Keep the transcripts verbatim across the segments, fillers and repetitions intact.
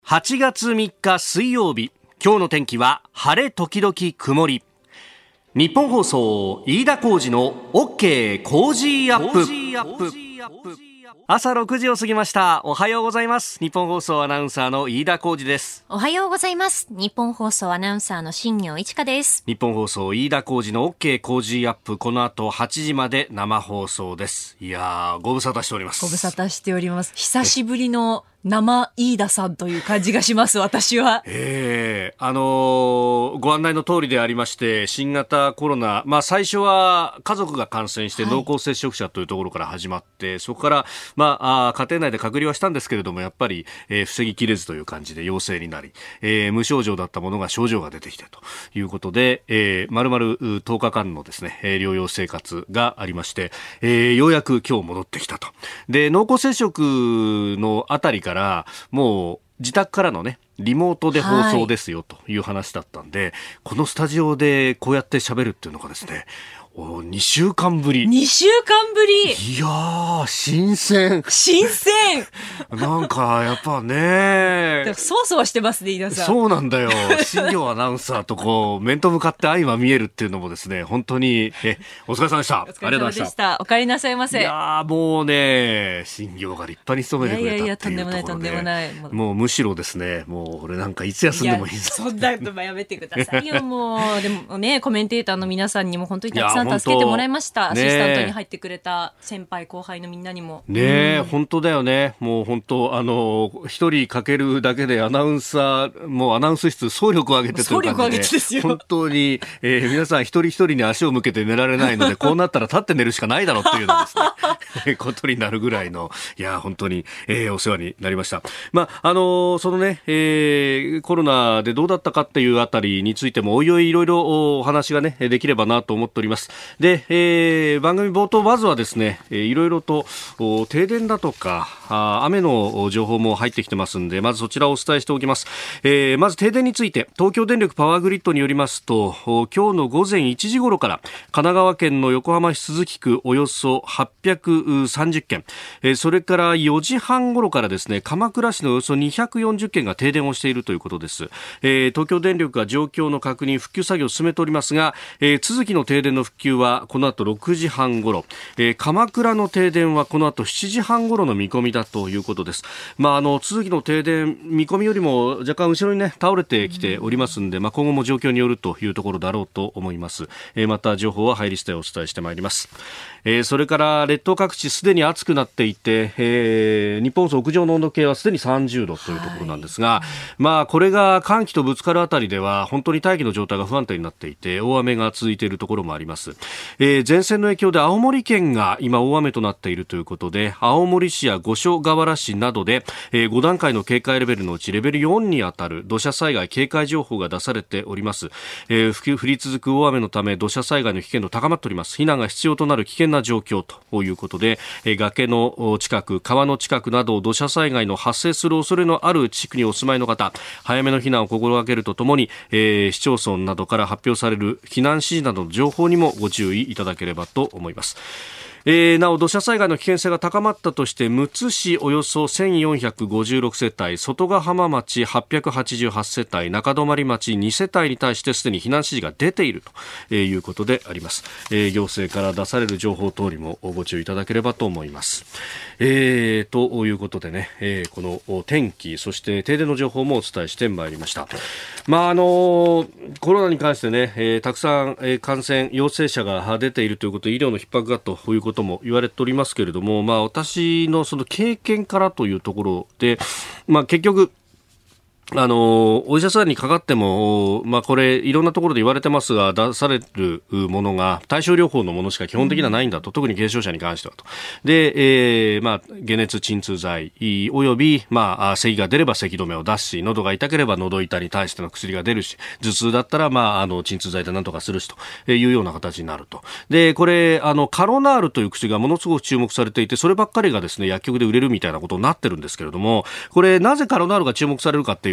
はちがつみっか水曜日、今日の天気は晴れ時々曇り。日本放送飯田浩司の OK 工事アップ。朝ろくじを過ぎました。おはようございます。日本放送アナウンサーの飯田浩司です。 おはようございます。日本放送アナウンサーの新業一華です。 日本放送飯田浩司の OK 工事アップ、この後はちじまで生放送です。いやー、ご無沙汰しております。 ご無沙汰しております。久しぶりの生飯田さんという感じがします。私はえー、あのー、ご案内の通りでありまして、新型コロナ、まあ、最初は家族が感染して濃厚接触者というところから始まって、はい、そこから、まあ、あ家庭内で隔離はしたんですけれども、やっぱり、えー、防ぎきれずという感じで陽性になり、えー、無症状だったものが症状が出てきてということで、えー、丸々とおかかんのですね、療養生活がありまして、えー、ようやく今日戻ってきたと。で、濃厚接触のあたりからもう自宅からのねリモートで放送ですよという話だったんで、はい、このスタジオでこうやって喋るっていうのがですね、にしゅうかんぶり。 にしゅうかんぶり。 いやー、新鮮。 新鮮。 なんか、やっぱね。 そわそわしてますね、飯田さん。 そうなんだよ。新業アナウンサーとこう、面と向かって相ま見えるっていうのもですね、本当に、え、お疲れ様でした。 お疲れ様でした。お帰りなさいませ。 いやー、もうね、新業が立派に務めてくれたっていうところで。いやいや、とんでもない、とんでもない。もうむしろですね、もう俺なんかいつ休んでもいいぞ。 そんなことやめてくださいよ、もう。でもね、コメンテーターの皆さんにも本当にたくさん助けてもらいました。アシスタントに入ってくれた先輩後輩のみんなにもねえ、うん、本当だよね。もう本当あの一人かけるだけでアナウンサーもうアナウンス室総力を上げてという感じで、 ですよ本当に、えー、皆さん一人一人に足を向けて寝られないのでこうなったら立って寝るしかないだろうっていうのですねことになるぐらいの、いや本当に、えー、お世話になりました。まああのそのね、えー、コロナでどうだったかっていうあたりについてもおいおいいろいろお話がねできればなと思っております。で、えー、番組冒頭まずはですね、いろいろと停電だとか雨の情報も入ってきてますんで、まずそちらをお伝えしておきます。えー、まず停電について東京電力パワーグリッドによりますと、今日の午前いちじ頃から神奈川県の横浜市都筑区およそはっぴゃくさんじゅっけん、えー、それからよじはん頃からですね鎌倉市のおよそにひゃくよんじゅっけんが停電をしているということです。えー、東京電力が状況の確認復旧作業を進めておりますが、えー、都筑の停電の復旧はこの後ろくじはん頃、えー、鎌倉の停電はこの後しちじはん頃の見込みだということです。まあ、あの都筑の停電見込みよりも若干後ろにね倒れてきておりますんで、まあ、今後も状況によるというところだろうと思います。えー、また情報は入り次第お伝えしてまいります。えー、それから列島各地すでに暑くなっていて、えー、日本屋上の温度計はすでにさんじゅうどというところなんですが、はい、まあこれが寒気とぶつかるあたりでは本当に大気の状態が不安定になっていて大雨が続いているところもあります。えー、前線の影響で青森県が今大雨となっているということで、青森市や五所川原市などで、えー、ごだんかいの警戒レベルのうちレベルよんにあたる土砂災害警戒情報が出されております。えー、降り続く大雨のため土砂災害の危険度高まっております。避難が必要となる危険な状況ということで、えー、崖の近く川の近くなど土砂災害の発生する恐れのある地区にお住まいの方、早めの避難を心がけるとともに、えー、市町村などから発表される避難指示などの情報にもご注意いただければと思います。えー、なお土砂災害の危険性が高まったとしてむつ市およそせんよんひゃくごじゅうろくせたい、外ヶ浜町はっぴゃくはちじゅうはちせたい、中泊町にせたいに対してすでに避難指示が出ているということであります。えー、行政から出される情報等にもご注意いただければと思います。えー、ということでね、えー、この天気そして停電の情報もお伝えしてまいりました。まああのコロナに関してね、えー、たくさん、えー、感染陽性者が出ているということで医療の逼迫がということも言われておりますけれども、まあ、私のその経験からというところで、まあ、結局あのお医者さんにかかっても、まあ、これいろんなところで言われてますが出されるものが対症療法のものしか基本的にはないんだと、うん、特に軽症者に関してはと。で、えーまあ、解熱鎮痛剤および、まあ、咳が出れば咳止めを出すし、喉が痛ければ喉痛に対しての薬が出るし、頭痛だったら、まあ、あの鎮痛剤で何とかするしというような形になると。でこれあのカロナールという薬がものすごく注目されていて、そればっかりがですね薬局で売れるみたいなことになってるんですけれども、これなぜカロナールが注目されるかっていう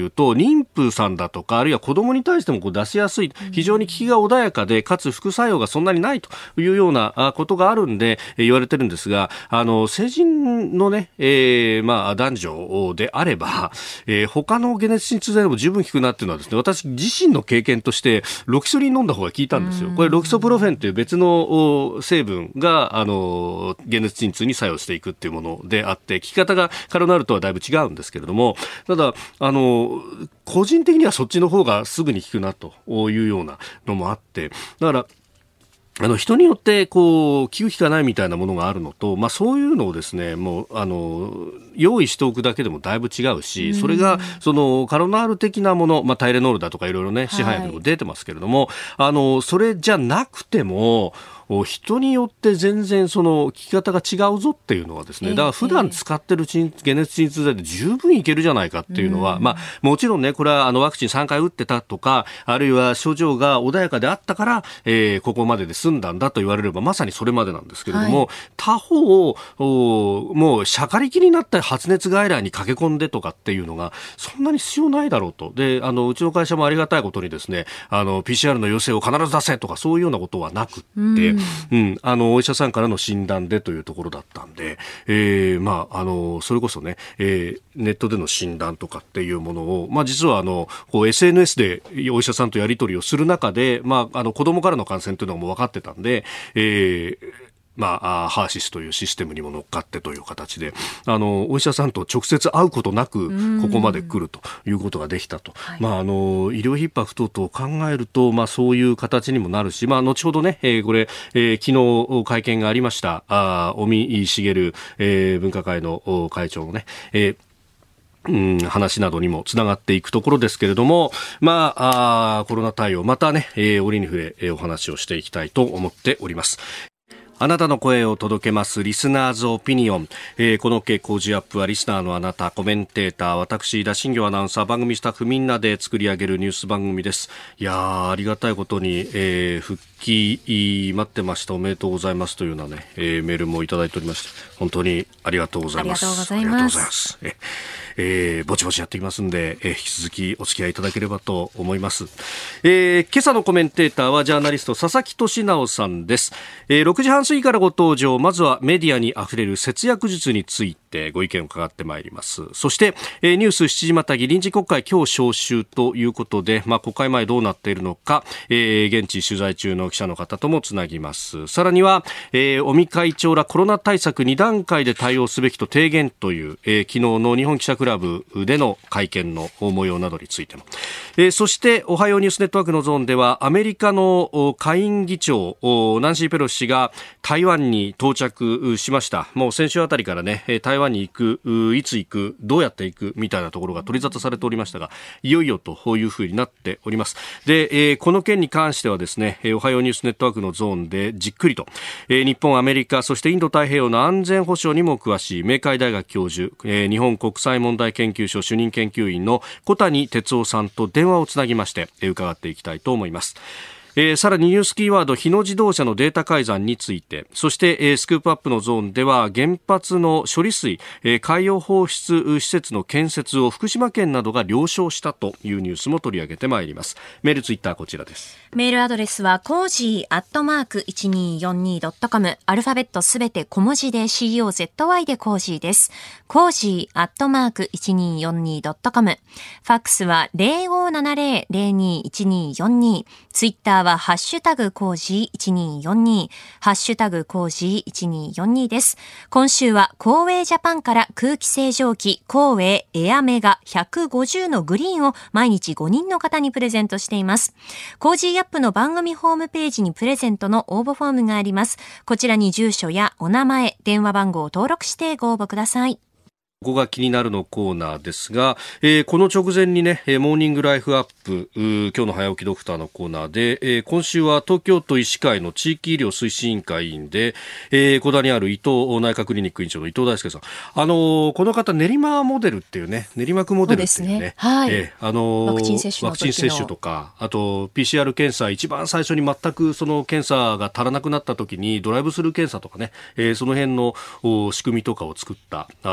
いうと、妊婦さんだとかあるいは子供に対してもこう出しやすい、非常に効きが穏やかでかつ副作用がそんなにないというようなことがあるんで、えー、言われてるんですが、あの成人のね、えーまあ、男女であれば、えー、他の解熱鎮痛剤でも十分効くなっていうのはですね、私自身の経験としてロキソニン飲んだ方が効いたんですよ。これロキソプロフェンという別の成分があの解熱鎮痛に作用していくっていうものであって、効き方がカロナールとはだいぶ違うんですけれども、ただあの個人的にはそっちの方がすぐに効くなというようなのもあって、だからあの人によってこう効く効かないみたいなものがあるのと、まあ、そういうのをですね、もうあの用意しておくだけでもだいぶ違うし、うん、それがそのカロナール的なもの、まあ、タイレノールだとかいろいろね、市販薬でも出てますけれども、はい、あのそれじゃなくても人によって全然その効き方が違うぞっていうのはですね、だから普段使ってる解熱鎮痛剤で十分いけるじゃないかっていうのは、うん、まあもちろんね、これはあのワクチンさんかい打ってたとか、あるいは症状が穏やかであったから、えー、ここまでで済んだんだと言われればまさにそれまでなんですけれども、はい、他方もうしゃかりきになった発熱外来に駆け込んでとかっていうのがそんなに必要ないだろうと。で、あのうちの会社もありがたいことにですね、あの ピーシーアール の陽性を必ず出せとかそういうようなことはなくって、うんうん、あのお医者さんからの診断でというところだったんで、えーまあ、あのそれこそね、えー、ネットでの診断とかっていうものを、まあ、実はあのこう エスエヌエス でお医者さんとやり取りをする中で、まあ、あの子供からの感染というのも分かってたんで、えーまあ、ハーシスというシステムにも乗っかってという形で、あのお医者さんと直接会うことなくここまで来るということができたと、はい、まあ、あの医療逼迫等々を考えると、まあ、そういう形にもなるし、まあ、後ほどね、えー、これ、えー、昨日会見がありましたあ尾身茂、えー、分科会の会長のね、えーうん、話などにもつながっていくところですけれども、まあ、あコロナ対応またね、えー、折に触れ、えー、お話をしていきたいと思っております。あなたの声を届けますリスナーズオピニオン、えー、この傾向時アップはリスナーのあなた、コメンテーター、私田新行アナウンサー、番組スタッフみんなで作り上げるニュース番組です。いやー、ありがたいことに、えー、復帰待ってました、おめでとうございますというようなね、えー、メールもいただいておりまして、本当にありがとうございます。 ありがとうございます。 ますええー、ぼちぼちやっていきますんで、えー、引き続きお付き合いいただければと思います。えー、今朝のコメンテーターはジャーナリスト佐々木俊直さんです。えー、ろくじはん過ぎからご登場。まずはメディアにあふれる節約術についてご意見を伺ってまいります。そして、えー、ニュースしちじまたぎ臨時国会今日召集ということで、まあ、国会前どうなっているのか、えー、現地取材中の記者の方ともつなぎます。さらには、えー、尾身会長らコロナ対策に段階で対応すべきと提言という、えー、昨日の日本記者クラブでの会見の模様などについても、えー、そしておはようニュースネットワークのゾーンではアメリカの下院議長ナンシー・ペロシ氏が台湾に到着しました。もう先週あたりからね、台湾に行く、いつ行く、どうやって行くみたいなところが取り沙汰されておりましたが、いよいよというふうになっております。で、えー、この件に関してはですね、おはようニュースネットワークのゾーンでじっくりと、えー、日本、アメリカ、そしてインド太平洋の安全保障にも詳しい明海大学教授、えー、日本国際問題研究所主任研究員の小谷哲夫さんと電話をつなぎまして、えー、伺っていきたいと思います。えー、さらにニュースキーワード日野自動車のデータ改ざんについて、そして、えー、スクープアップのゾーンでは原発の処理水、えー、海洋放出施設の建設を福島県などが了承したというニュースも取り上げてまいります。メールツイッターこちらです。 メールアドレスはコージーアットマーク いちにーよんにードットコム、 アルファベットすべて小文字で シーオーゼットワイ でコージーです。コージーアットマーク いちにーよんにードットコム、 ファックスは ゼロごーななゼロ ゼロにーいちにーよんにー、ツイッターはハッシュタグコージーいちにーよんにー、ハッシュタグコージーいちにーよんにーです。今週はコーウェイジャパンから空気清浄機コーウェイエアメガひゃくごじゅうのグリーンを毎日ごにんの方にプレゼントしています。コージーアップの番組ホームページにプレゼントの応募フォームがあります。こちらに住所やお名前、電話番号を登録してご応募ください。 ここが気になるのコーナーですが、えー、この直前にね、モーニングライフアップ、今日の早起きドクターのコーナーで、えー、今週は東京都医師会の地域医療推進委員会委員で、えー、小田にある伊藤内科クリニック院長の伊藤大輔さん、あのー、この方練馬モデルっていうね、練馬区モデルっていうね、そうですね、はい、えーあのー、ワクチン接種のワクチン接種とか、あと ピーシーアール 検査、一番最初に全くその検査が足らなくなった時にドライブスルー検査とかね、えー、その辺の仕組みとかを作った人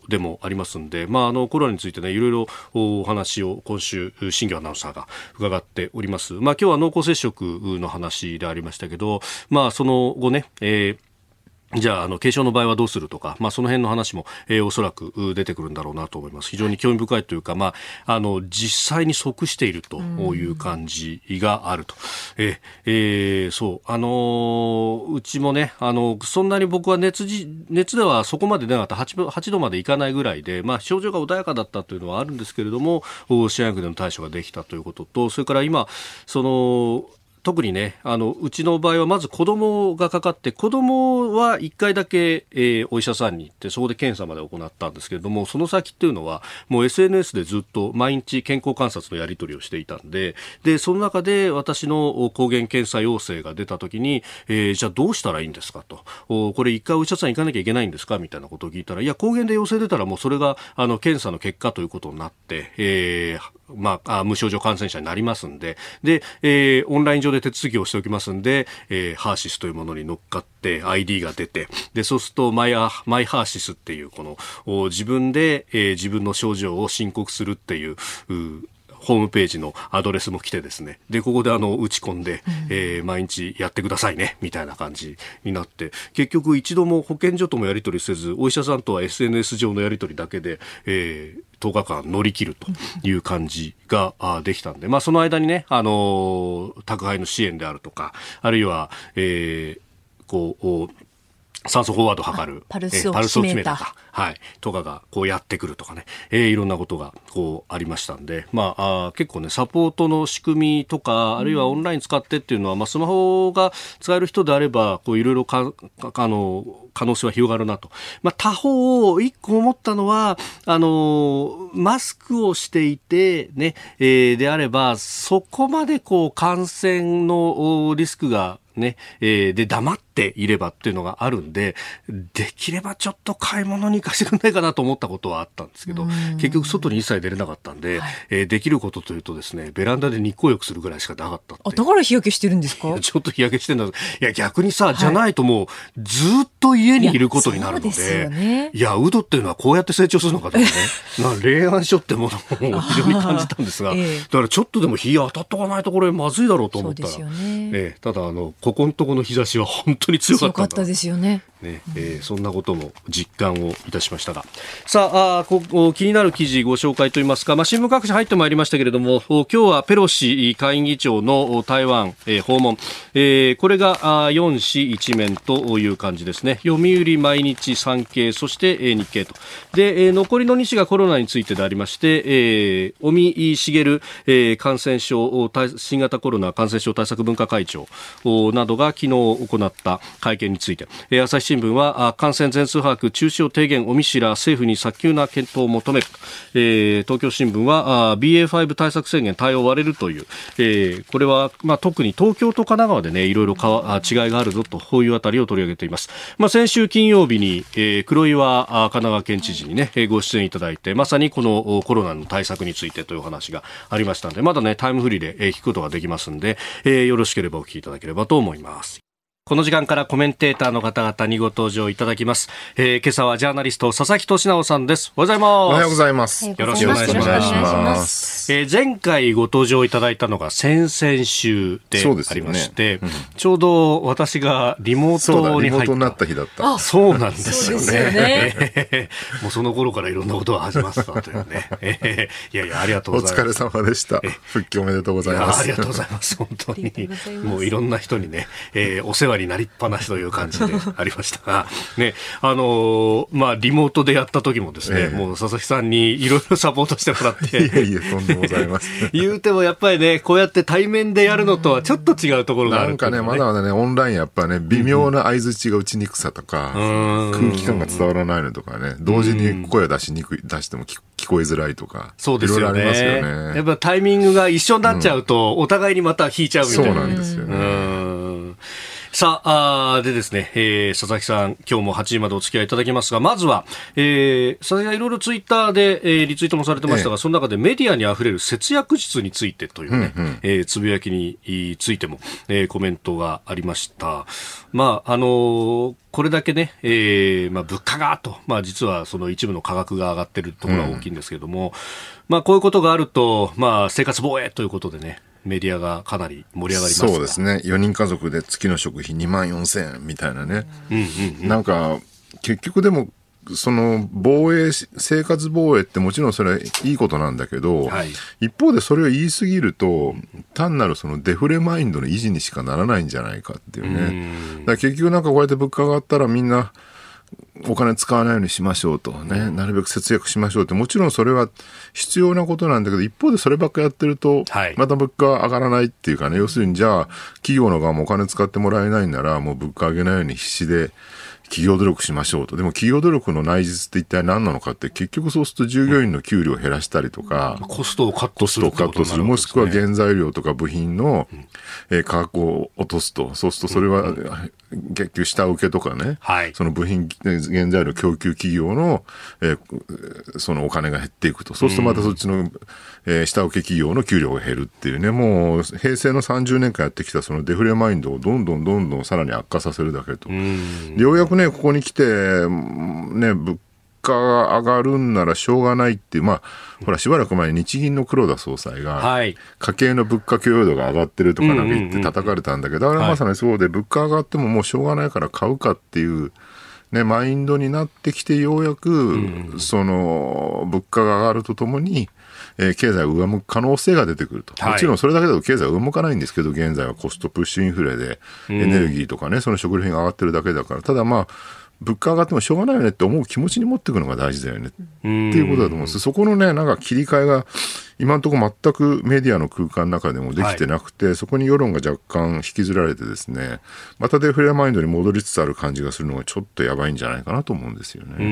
でもありますんで、まあ、あのコロナについてねいろいろお話を今週新業アナウンサーが伺っております。まあ、今日は濃厚接触の話でありましたけど、まあ、その後ね、えーじゃあ、あの、軽症の場合はどうするとか、まあ、その辺の話も、えー、おそらく出てくるんだろうなと思います。非常に興味深いというか、まあ、あの、実際に即しているという感じがあると。えーえー、そう、あのー、うちもね、あの、そんなに僕は熱じ、熱ではそこまで出なかった、はち、はちどまでいかないぐらいで、まあ、症状が穏やかだったというのはあるんですけれども、市薬での対処ができたということと、それから今、その、特にね、あのうちの場合はまず子供がかかって、子供はいっかいだけ、えー、お医者さんに行ってそこで検査まで行ったんですけれども、その先っていうのはもう エスエヌエス でずっと毎日健康観察のやり取りをしていたんで、でその中で私の抗原検査陽性が出た時に、えー、じゃあどうしたらいいんですかと、これいっかいお医者さん行かなきゃいけないんですかみたいなことを聞いたら、いや抗原で陽性出たらもうそれがあの検査の結果ということになって、えーまあ、あ無症状感染者になりますんで、で、えー、オンライン上で手続きをしておきますんで、えー、ハーシスというものに乗っかって アイディー が出て、でそうするとマイアマイハーシスっていうこの自分で、えー、自分の症状を申告するっていう、うホームページのアドレスも来てですね、でここであの打ち込んで、うんえー、毎日やってくださいねみたいな感じになって、結局一度も保健所ともやり取りせず、お医者さんとは エスエヌエス 上のやり取りだけで、えーとおかかん乗り切るという感じができたんで、まあ、その間にね、あのー、宅配の支援であるとか、あるいは、えー、こう酸素飽和度を測るパルスを決めた、 はい、とかがこうやってくるとかね、えー、いろんなことがこうありましたんで、まあ、あ結構ねサポートの仕組みとか、あるいはオンライン使ってっていうのは、まあ、スマホが使える人であればこういろいろかあの可能性は広がるなと。まあ、他方一個思ったのはあのマスクをしていてね、えー、であればそこまでこう感染のリスクがね、えー、で黙っていればっていうのがあるんで、できればちょっと買い物に行かせてくれないかなと思ったことはあったんですけど、結局外に一切出れなかったんで、はいえー、できることというとですね、ベランダで日光浴するぐらいしかなかったって。 あ、だから日焼けしてるんですか？ ちょっと日焼けしてるんだ。いや逆にさ、はい、じゃないともうずっと家にいることになるので、いや、そうですよね、いやウドっていうのはこうやって成長するのかとかねな冷暗所ってものを非常に感じたんですが、えー、だからちょっとでも日当たっとかないとこれまずいだろうと思ったら、そうですよね、えー、ただあのここのとこの日差しは本当に強かったんだ。強かったですよね。ねえー、そんなことも実感をいたしましたが、さあ、あここ気になる記事ご紹介といいますか、まあ、新聞各紙入ってまいりましたけれども、今日はペロシ下院議長の台湾、えー、訪問、えー、これがあよん紙一面という感じですね。読売毎日産経そして、えー、日経とで、えー、残りのに紙がコロナについてでありまして、えー、尾身茂、えー、感染症新型コロナ感染症対策分科会長などが昨日行った会見について、えー、朝日新聞は感染全数把握中止を提言、尾身氏ら政府に早急な検討を求める、えー、東京新聞は ビーエーファイブ 対策宣言対応割れるという、えー、これは、まあ、特に東京と神奈川でねいろいろか違いがあるぞとこういうあたりを取り上げています。まあ、先週金曜日に、えー、黒岩神奈川県知事にねご出演いただいて、まさにこのコロナの対策についてという話がありましたので、まだねタイムフリーで聞くことができますので、えー、よろしければお聞きいただければと思います。この時間からコメンテーターの方々にご登場いただきます。えー、今朝はジャーナリスト佐々木俊直さんです。おはようございます。 おはようございます。 よろしくお願いします。えー、前回ご登場いただいたのが先々週でありまして、ねうん、ちょうど私がリモートに入った。リモートになった日だった。 あ、そうなんですよね。そうですよねもうその頃からいろんなことが始まってたというね。えー、いやいやありがとうございます。 お疲れ様でした。復帰おめでとうございます。 ありがとうございます。本当にもういろんな人にね、えー、お世話になりっぱなしという感じでありましたが、ね、あのー、まあリモートでやった時もですね、えー、もう佐々木さんにいろいろサポートしてもらっていえいえとんでもございます言うてもやっぱりねこうやって対面でやるのとはちょっと違うところがある、ね、 なんかねまだまだねオンラインやっぱね微妙な相槌が打ちにくさとか、うん、空気感が伝わらないのとかね同時に声を出しにくい出しても聞こえづらいとか、 そうですよね。 いろいろありますよね。 やっぱタイミングが一緒になっちゃうと、うん、お互いにまた引いちゃうみたいな。 そうなんですよね。 うんさあ、あでですね、えー、佐々木さん、今日もはちじまでお付き合いいただきますが、まずは、えー、佐々木さんいろいろツイッターで、えー、リツイートもされてましたが、ええ、その中でメディアにあふれる節約術についてというね、うんうん、えー、つぶやきについても、えー、コメントがありました。まあ、あのー、これだけね、えー、まあ、物価がと、まあ、実はその一部の価格が上がっているところが大きいんですけれども、うん、まあ、こういうことがあると、まあ、生活防衛ということでね、メディアがかなり盛り上がりますが。 そうですね。よにん家族で月の食費にまんよんせんえんみたいなね。うんうんうん、なんか結局でもその防衛生活防衛ってもちろんそれはいいことなんだけど、はい、一方でそれを言い過ぎると単なるそのデフレマインドの維持にしかならないんじゃないかっていうね。うんだから結局なんかこうやって物価が上がったらみんなお金使わないようにしましょうとね、なるべく節約しましょうって、もちろんそれは必要なことなんだけど、一方でそればっかやってると、また物価は上がらないっていうかね、要するにじゃあ企業の側もお金使ってもらえないならもう物価上げないように必死で企業努力しましょうと。でも企業努力の内実って一体何なのかって、結局そうすると従業員の給料を減らしたりとか、 うん、コストをカットする、 コストをカットする、もしくは原材料とか部品の、うんえー、価格を落とすと。そうするとそれは、うん、結局下請けとかね、はい、その部品原材料供給企業の、えー、そのお金が減っていくと。そうするとまたそっちの、えー、下請け企業の給料が減るっていうね、もう平成のさんじゅうねんかんやってきたそのデフレマインドをどんどんどんどんさらに悪化させるだけと。うん、ようやくね、ここに来て、ね、物価が上がるんならしょうがないっていう、まあ、ほら、しばらく前に日銀の黒田総裁が、はい、家計の物価許容度が上がってるとかなんか言って叩かれたんだけど、あれはまさにそうで、物価上がってももうしょうがないから買うかっていう、ね、マインドになってきて、ようやく、その、物価が上がるとともに、えー、経済を上向く可能性が出てくると、はい、もちろんそれだけだと経済は上向かないんですけど、現在はコストプッシュインフレでエネルギーとかね、その食料品が上がってるだけだから、ただまあ物価上がってもしょうがないよねって思う気持ちに持っていくのが大事だよねっていうことだと思うんです。そこのね、なんか切り替えが今のところ全くメディアの空間の中でもできてなくて、はい、そこに世論が若干引きずられてですね、またデフレマインドに戻りつつある感じがするのがちょっとやばいんじゃないかなと思うんですよね。 うん、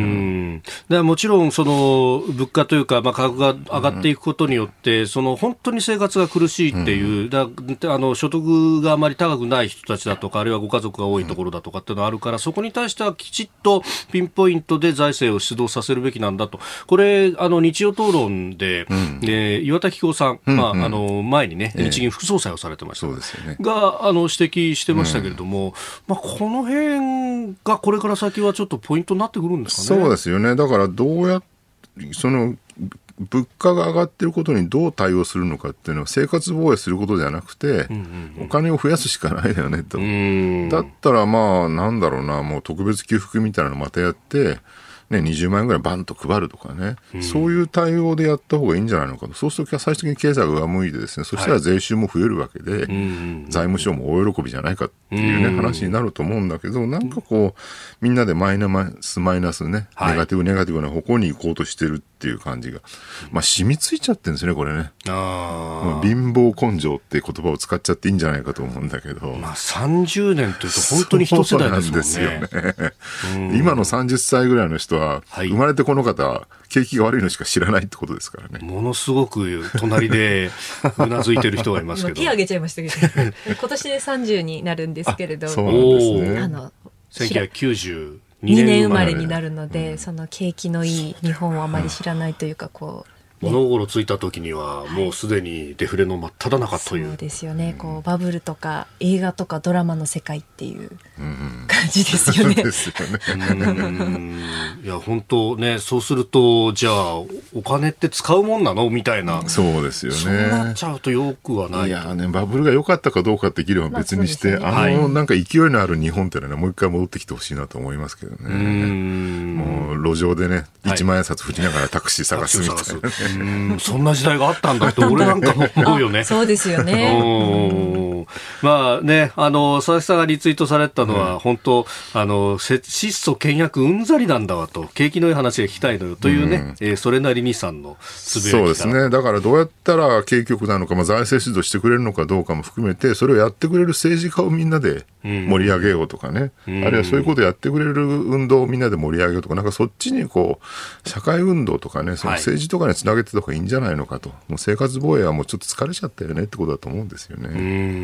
だからもちろんその物価というか、まあ、価格が上がっていくことによって、うん、その本当に生活が苦しいっていう、うん、だあの所得があまり高くない人たちだとか、あるいはご家族が多いところだとかっていうのがあるから、そこに対してはきちっとピンポイントで財政を出動させるべきなんだと。これあの日曜討論で、うん、で岩田紀子さん、うんうん、まあ、あの前にね、日銀副総裁をされてました、ええ、そうですよね、があの指摘してましたけれども、うんまあ、この辺がこれから先はちょっとポイントになってくるんですかね。 そうですよね。だからどうやその物価が上がっていることにどう対応するのかっていうのは生活防衛することではなくて、うんうんうん、お金を増やすしかないよねと。だったらまあなんだろうな、もう特別給付金みたいなのまたやってね、にじゅうまんえんぐらいバンと配るとかね、うん、そういう対応でやった方がいいんじゃないのかと。そうすると最終的に経済が上向いてですね、そしたら税収も増えるわけで、はい、財務省も大喜びじゃないかっていうね、うん、話になると思うんだけど、なんかこうみんなでマイナスマイナスね、はい、ネガティブネガティブな方向に行こうとしてるっていう感じが、まあ染みついちゃってるんですね、これね。あ、貧乏根性って言葉を使っちゃっていいんじゃないかと思うんだけど、 まあ、さんじゅうねんというと本当に一世代ですもんね。 そうなんですよね。今のさんじゅっさいぐらいの人は、はい、生まれてこの方は景気が悪いのしか知らないってことですからね。 ものすごく隣でうなずいてる人がいますけど手挙げちゃいましたけど今年でさんじゅうになるんですけれど、 そうなんですね。 あのせんきゅうひゃくきゅうじゅうにねん生まれになるので、うん、その景気のいい日本をあまり知らないというか、こう物心ついた時にはもうすでにデフレの真っ只中という、 はい、そうですよね。こうバブルとか映画とかドラマの世界っていう感じですよね。うん、ですよね。 うんいや本当ね、そうするとじゃあお金って使うもんなのみたいな、 そうですよね。 そうなっちゃうとよくはない。 いやね、バブルが良かったかどうかって議論は別にして、まあね、あの、はい、なんか勢いのある日本っていうのはもう一回戻ってきてほしいなと思いますけどね。うんもう路上でねいちまん円札振りながらタクシー探すみたいな、ね、 うんそんな時代があったんだって俺なんかも思うよね。 そうですよね。 まあね、あの佐々木さんがリツイートされたのは、うん、本当あの質素倹約うんざりなんだわと、景気のいい話が聞きたいのよというね、うんえー、それなりにさんのつぶやきから。 そうですね。だからどうやったら景気よくなるのか、まあ、財政出動してくれるのかどうかも含めて、それをやってくれる政治家をみんなで盛り上げようとかね、うん、あるいはそういうことをやってくれる運動をみんなで盛り上げようとか、なんかそっちにこう社会運動とかね、その政治とかにつなげてた方がいいんじゃないのかと、はい、もう生活防衛はもうちょっと疲れちゃったよねってことだと思うんですよね。うーん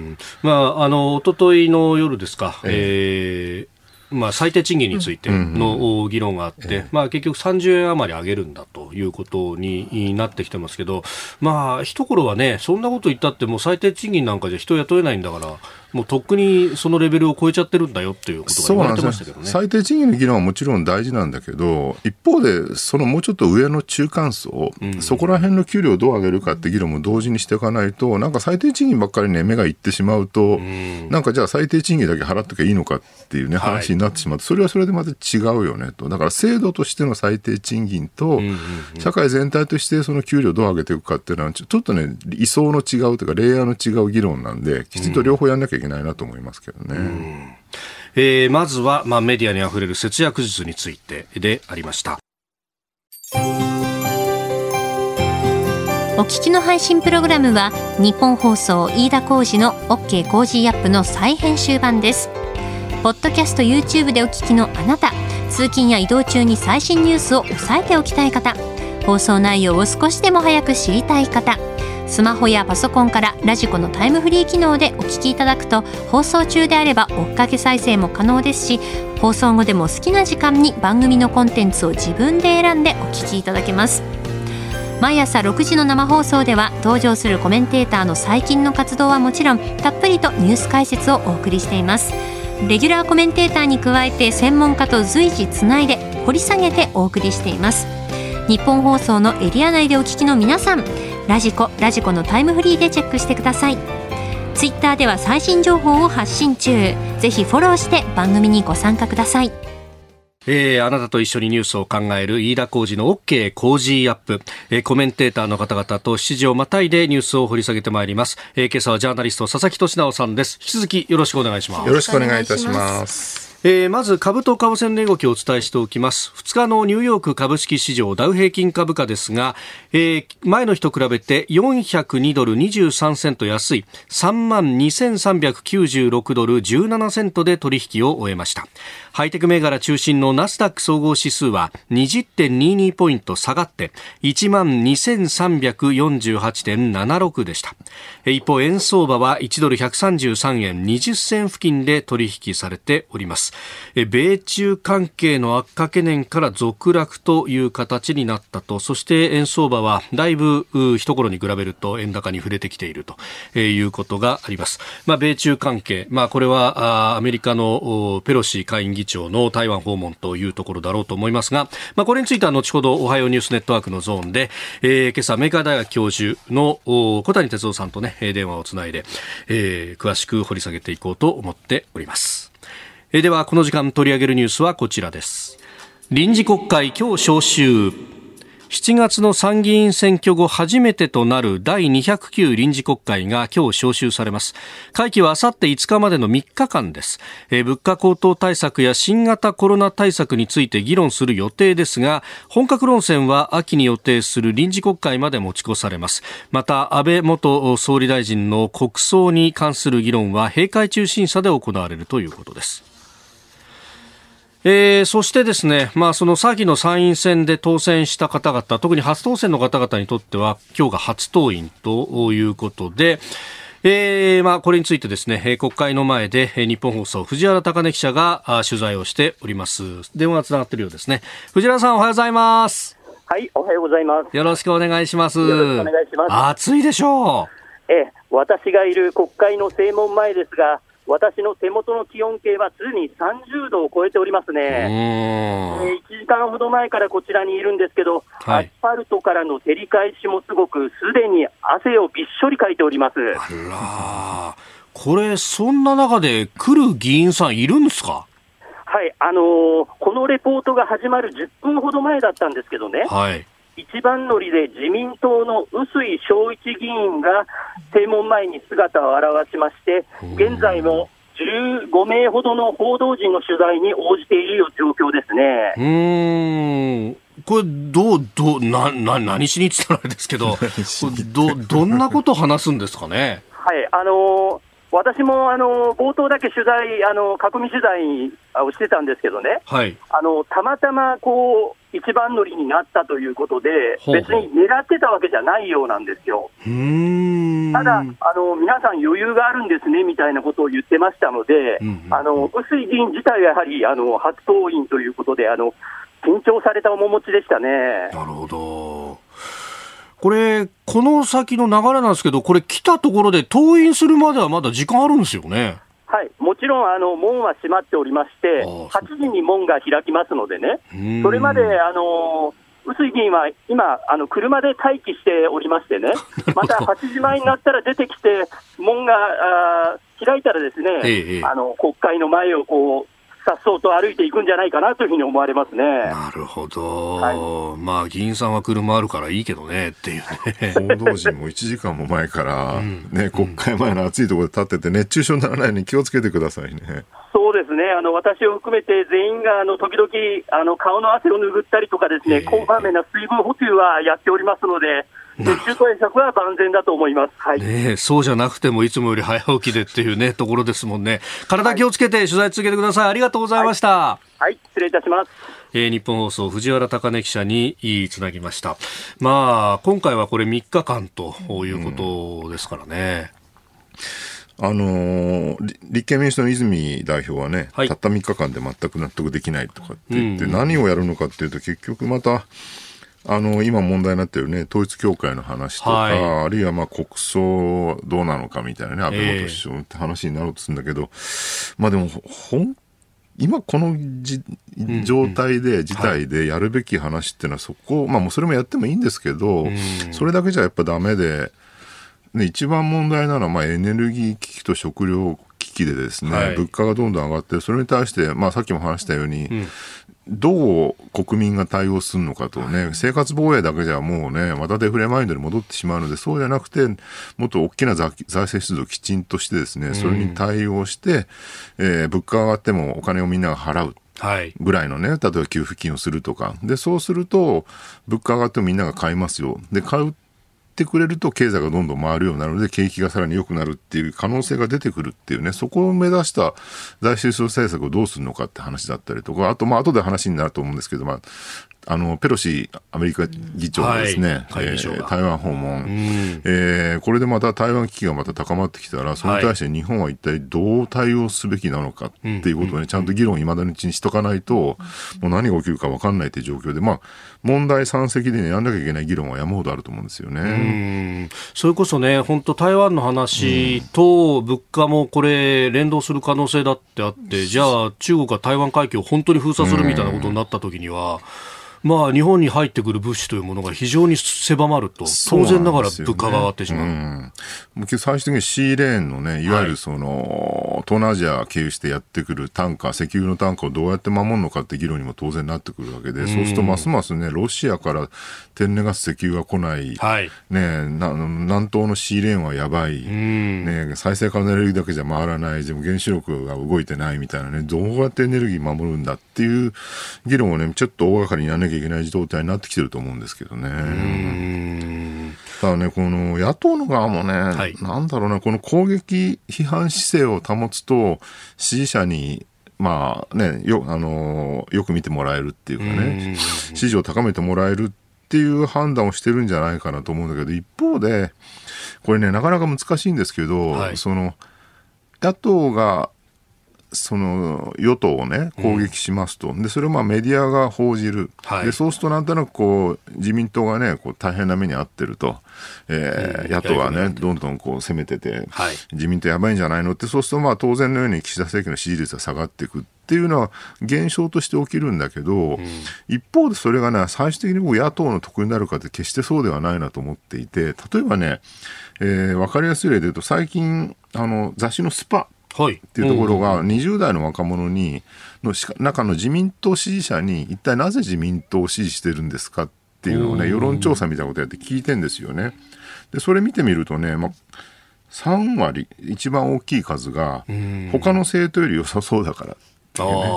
ん、まあ、あの一昨日の夜ですか、えーえーまあ、最低賃金についての議論があって、うんうんうん、まあ、結局さんじゅうえん余り上げるんだということになってきてますけど、まあ、一頃はね、そんなこと言ったってもう最低賃金なんかじゃ人雇えないんだからもうとっくにそのレベルを超えちゃってるんだよっていうことが言われてましたけどね。 最低賃金の議論はもちろん大事なんだけど、一方でそのもうちょっと上の中間層、うん、そこら辺の給料をどう上げるかって議論も同時にしていかないと、なんか最低賃金ばっかりね目がいってしまうと、うん、なんかじゃあ最低賃金だけ払っときゃいいのかっていうね話になってしまうと、それはそれでまた違うよねと。だから制度としての最低賃金と社会全体としてその給料をどう上げていくかっていうのはちょっとね位相の違うというかレイヤーの違う議論なんで、きちんと両方やんなきゃいけないなと思いますけどね。うん、 えー、まずは、まあ、メディアにあふれる節約術についてでありました。 お聞きの配信プログラムは日本放送飯田浩司の OK コージーアップの再編集版です。ポッドキャスト YouTube でお聞きのあなた、通勤や移動中に最新ニュースを押さえておきたい方、放送内容を少しでも早く知りたい方、スマホやパソコンからラジコのタイムフリー機能でお聞きいただくと、放送中であれば追っかけ再生も可能ですし、放送後でも好きな時間に番組のコンテンツを自分で選んでお聞きいただけます。毎朝ろくじの生放送では登場するコメンテーターの最近の活動はもちろん、たっぷりとニュース解説をお送りしています。レギュラーコメンテーターに加えて専門家と随時つないで掘り下げてお送りしています。日本放送のエリア内でお聞きの皆さん、ラジコ、ラジコのタイムフリーでチェックしてください。ツイッターでは最新情報を発信中。ぜひフォローして番組にご参加ください。 えー、あなたと一緒にニュースを考える飯田浩司の OK コージーアップ、えー、コメンテーターの方々としちじをまたいでニュースを掘り下げてまいります。えー、今朝はジャーナリスト佐々木俊直さんです。引き続きよろしくお願いします。 よろしくお願いいたします。 えー、まず株と為替の値動きをお伝えしておきます。ふつかのニューヨーク株式市場ダウ平均株価ですが、えー、前の日と比べてよんひゃくにドルにじゅうさんセント安い さんまんにせんさんびゃくきゅうじゅうろくドルじゅうななセントで取引を終えました。ハイテク銘柄中心のナスダック総合指数は にじゅってんにじゅうに ポイント下がって いちまんにせんさんびゃくよんじゅうはちてんななろく でした。一方円相場はいちドルひゃくさんじゅうさんえんにじゅっせん付近で取引されております。米中関係の悪化懸念から続落という形になったと。そして円相場はだいぶ一頃に比べると円高に触れてきているということがあります。まあ、米中関係、まあ、これはアメリカのペロシ下院議長の台湾訪問というところだろうと思いますが、まあ、これについては後ほどおはようニュースネットワークのゾーンで、えー、今朝明海大学教授の小谷哲夫さんとね電話をつないで、えー、詳しく掘り下げていこうと思っております。えー、ではこの時間取り上げるニュースはこちらです。臨時国会今日召集。しちがつの参議院選挙後初めてとなるだいにひゃくきゅう臨時国会が今日召集されます。会期はあさっていつかまでのみっかかんです。えー、物価高騰対策や新型コロナ対策について議論する予定ですが、本格論戦は秋に予定する臨時国会まで持ち越されます。また安倍元総理大臣の国葬に関する議論は閉会中審査で行われるということです。えー、そしてですね、まあ、その先の参院選で当選した方々、特に初当選の方々にとっては今日が初登院ということで、えーまあ、これについてですね、国会の前で日本放送藤原貴根記者が取材をしております。電話がつながっているようですね。藤原さん、おはようございます。 はい、おはようございます。 よろしくお願いします。 よろしくお願いします。 暑いでしょう。ええ、私がいる国会の正門前ですが、私の手元の気温計はすでにさんじゅうどを超えておりますね。えー、いちじかんほど前からこちらにいるんですけど、はい、アスファルトからの照り返しもすごく、すでに汗をびっしょりかいております。 あら、これそんな中で来る議員さんいるんですか？ はい、あのー、このレポートが始まるじゅっぷんほど前だったんですけどね、はい、一番乗りで自民党の臼井正一議員が正門前に姿を現しまして、現在もじゅうごめいほどの報道陣の取材に応じている状況ですね。 うーん、これどうどうなな何しに言ってたらあれですけどどどんなことを話すんですかね。 はい、あのー私もあの冒頭だけ取材、あの囲み取材をしてたんですけどね、 はい、あのたまたまこう一番乗りになったということで、ほうほう別に狙ってたわけじゃないようなんですよ。 うーんただあの、皆さん余裕があるんですねみたいなことを言ってましたので、うんうんうん、あの臼井議員自体はやはりあの初登院ということで、あの緊張された面持ちでしたね。 なるほど。これ、この先の流れなんですけど、これ、来たところで登院するまではまだ時間あるんですよね。 はい、もちろんあの門は閉まっておりまして、はちじに門が開きますのでね、それまであの臼井議員は今、あの車で待機しておりましてね、またはちじまえになったら出てきて、門があ開いたらですね、ええ、あの国会の前をこうさっそうと歩いていくんじゃないかなというふうに思われますね。 なるほど、はい、まあ議員さんは車あるからいいけどねっていうね。 報道陣もいちじかんも前から、うんね、国会前の暑いところで立ってて熱中症にならないように気をつけてくださいね。 そうですね、あの私を含めて全員があの時々あの顔の汗を拭ったりとかですね、こまめな水分補給はやっておりますので、熱中対策は万全だと思います。はい、 ね、そうじゃなくてもいつもより早起きでっていうねところですもんね。体気をつけて取材続けてください。ありがとうございました。はい、はい、失礼いたします。 えー、日本放送藤原貴根記者につなぎました。まあ今回はこれみっかかんということですからね。 うん、あのー、立憲民主党の泉代表はね、はい、たったみっかかんで全く納得できないとかって言って、うんうん、何をやるのかっていうと結局またあの今問題になっているね統一教会の話とか、はい、あるいはまあ国葬どうなのかみたいなね安倍元首相って話になろうとするんだけど、えー、まあでもほん今このじ状態で事態でやるべき話っていうのはそこ、まあもうそれもやってもいいんですけど、それだけじゃやっぱダメで、ね、一番問題なのはまあエネルギー危機と食料危機でですね、はい、物価がどんどん上がって、それに対して、まあ、さっきも話したように、うん、どう国民が対応するのかとね、はい、生活防衛だけじゃもうねまたデフレマインドに戻ってしまうので、そうじゃなくてもっと大きな財政出動をきちんとしてですね、それに対応して、うん、えー、物価が上がってもお金をみんなが払うぐらいのね、例えば給付金をするとかで、そうすると物価上がってもみんなが買いますよ。で買うってくれると経済がどんどん回るようになるので景気がさらに良くなるっていう可能性が出てくるっていうね、そこを目指した財政出動政策をどうするのかって話だったりとか、あとまあ後で話になると思うんですけど、まああのペロシアメリカ議長がですね、はい、えー、台湾訪問、うん、えー、これでまた台湾危機がまた高まってきたら、それに対して日本は一体どう対応すべきなのかっていうことをね、ちゃんと議論を今だにちにしとかないと、もう何が起きるか分かんないという状況で、まあ問題山積で、ね、やんなきゃいけない議論は山ほどあると思うんですよね。 うん、それこそね、本当台湾の話と物価もこれ連動する可能性だってあって、じゃあ中国が台湾海峡を本当に封鎖するみたいなことになった時には、まあ、日本に入ってくる物資というものが非常に狭まると、当然ながら物価が上がってしまう。 うんうん、最終的に C レーンのね、いわゆるその、はい、東南アジア経由してやってくるタンカー、石油のタンカーをどうやって守るのかって議論にも当然なってくるわけで、うん、そうするとますますね、ロシアから天然ガス、石油が来ない、はい、ね、な南東の C レーンはやばい、うん、ね、再生可能エネルギーだけじゃ回らない、でも原子力が動いてないみたいなね、どうやってエネルギー守るんだっていう議論をね、ちょっと大掛かりにやらなきゃいけない状態になってきてると思うんですけどね。うーん、ただね、この野党の側もね、はい、なんだろうな、この攻撃批判姿勢を保つと支持者にまあね、よ、あのー、よく見てもらえるっていうかね、支持を高めてもらえるっていう判断をしてるんじゃないかなと思うんだけど、一方でこれね、なかなか難しいんですけど、はい、その野党がその与党をね攻撃しますと、うん、でそれをまあメディアが報じる、はい、でそうするとなんとなくこう自民党がねこう大変な目に遭ってると、えーうん、野党はねどんどんこう攻めてて、はい、自民党やばいんじゃないのって、そうするとまあ当然のように岸田政権の支持率が下がっていくっていうのは現象として起きるんだけど、うん、一方でそれがね最終的にもう野党の得になるかって決してそうではないなと思っていて、例えばね、えー、分かりやすい例で言うと最近あの雑誌のスパっていうところがにじゅう代の若者にの中の自民党支持者に一体なぜ自民党を支持してるんですかっていうのをね世論調査みたいなことやって聞いてんですよね。でそれ見てみるとね、ま、さん割一番大きい数が他の政党より良さそうだからっていうね。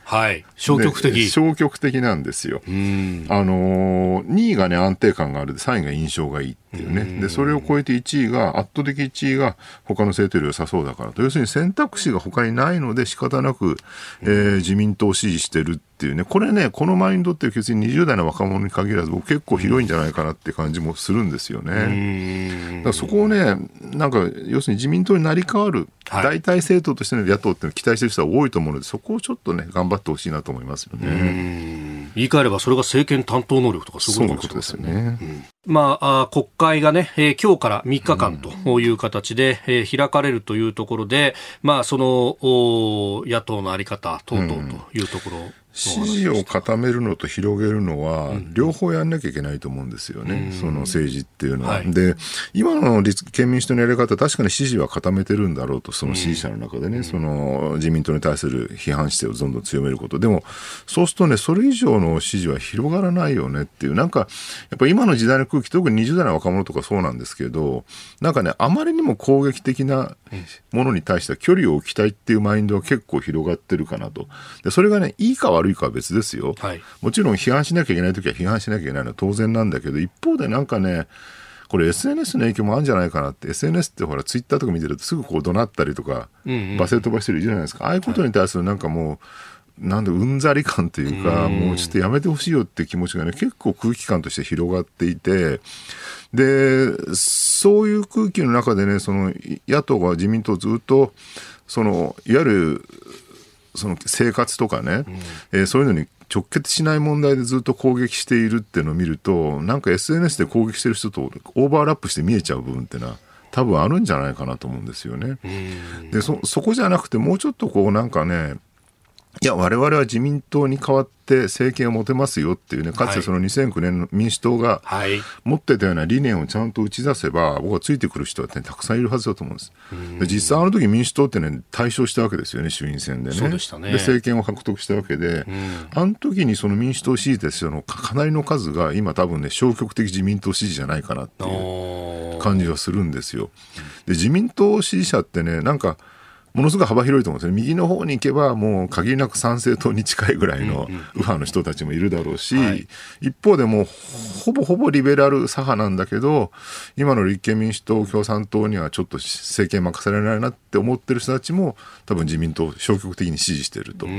はい、消極的消極的なんですよ。うんあのにいがね安定感があるでさんいが印象がいいっていうね。でそれを超えていちいが圧倒的いちいが他の政党より良さそうだからと、要するに選択肢が他にないので仕方なく、えー、自民党を支持してるっていうね。これねこのマインドって別ににじゅう代の若者に限らず僕結構広いんじゃないかなって感じもするんですよね。だからそこをねなんか要するに自民党になり変わる代替政党としての野党っていうのを期待してる人は多いと思うので、そこをちょっとね頑張ってほしいなと思いますよね。 うん言い換えればそれが政権担当能力とかそういうことですよね。 そういうことですよね。 うん、まあ、あ国会がね、えー、今日からみっかかんという形で、うんえー、開かれるというところで、まあその野党のあり方等々というところ、うん支持を固めるのと広げるのは両方やんなきゃいけないと思うんですよね、うん、その政治っていうのは、はい、で今の立憲民主党のやり方確かに支持は固めてるんだろうと、その支持者の中でね、うん、その自民党に対する批判姿勢をどんどん強めることでも、そうするとねそれ以上の支持は広がらないよねっていう、なんかやっぱ今の時代の空気、特ににじゅう代の若者とかそうなんですけど、なんかねあまりにも攻撃的なものに対しては距離を置きたいっていうマインドは結構広がってるかなと。でそれがねいいか悪い悪いかは別ですよ、はい、もちろん批判しなきゃいけないときは批判しなきゃいけないのは当然なんだけど、一方でなんかねこれ エスエヌエス の影響もあるんじゃないかなって。 エスエヌエス ってほらツイッターとか見てるとすぐこう怒鳴ったりとか、うんうん、罵声飛ばしてるじゃないですか。ああいうことに対するなんかもう、はい、なんでうんざり感というか、うん、もうちょっとやめてほしいよって気持ちがね結構空気感として広がっていて、でそういう空気の中でねその野党が自民党ずっとそのいわゆるその生活とかね、うんえー、そういうのに直結しない問題でずっと攻撃しているっていうのを見ると、なんか エスエヌエス で攻撃してる人とオーバーラップして見えちゃう部分ってのは多分あるんじゃないかなと思うんですよね。で そ, そこじゃなくてもうちょっとこうなんかね、いや我々は自民党に代わって政権を持てますよっていうね、かつてそのにせんきゅうねんの民主党が持ってたような理念をちゃんと打ち出せば、僕はついてくる人は、ね、たくさんいるはずだと思うんです。で実際あの時民主党ってね大勝したわけですよね、衆院選でね。 そうでしたね。 で政権を獲得したわけで、あの時にその民主党を支持した人のかなりの数が今多分ね消極的自民党支持じゃないかなっていう感じはするんですよ。で自民党支持者ってねなんかものすごい幅広いと思うんですね。右の方に行けばもう限りなく参政党に近いぐらいの右派の人たちもいるだろうし、うんうんうんはい、一方でもうほぼほぼリベラル左派なんだけど、今の立憲民主党共産党にはちょっと政権任せられないなって思ってる人たちも多分自民党を消極的に支持していると、うん、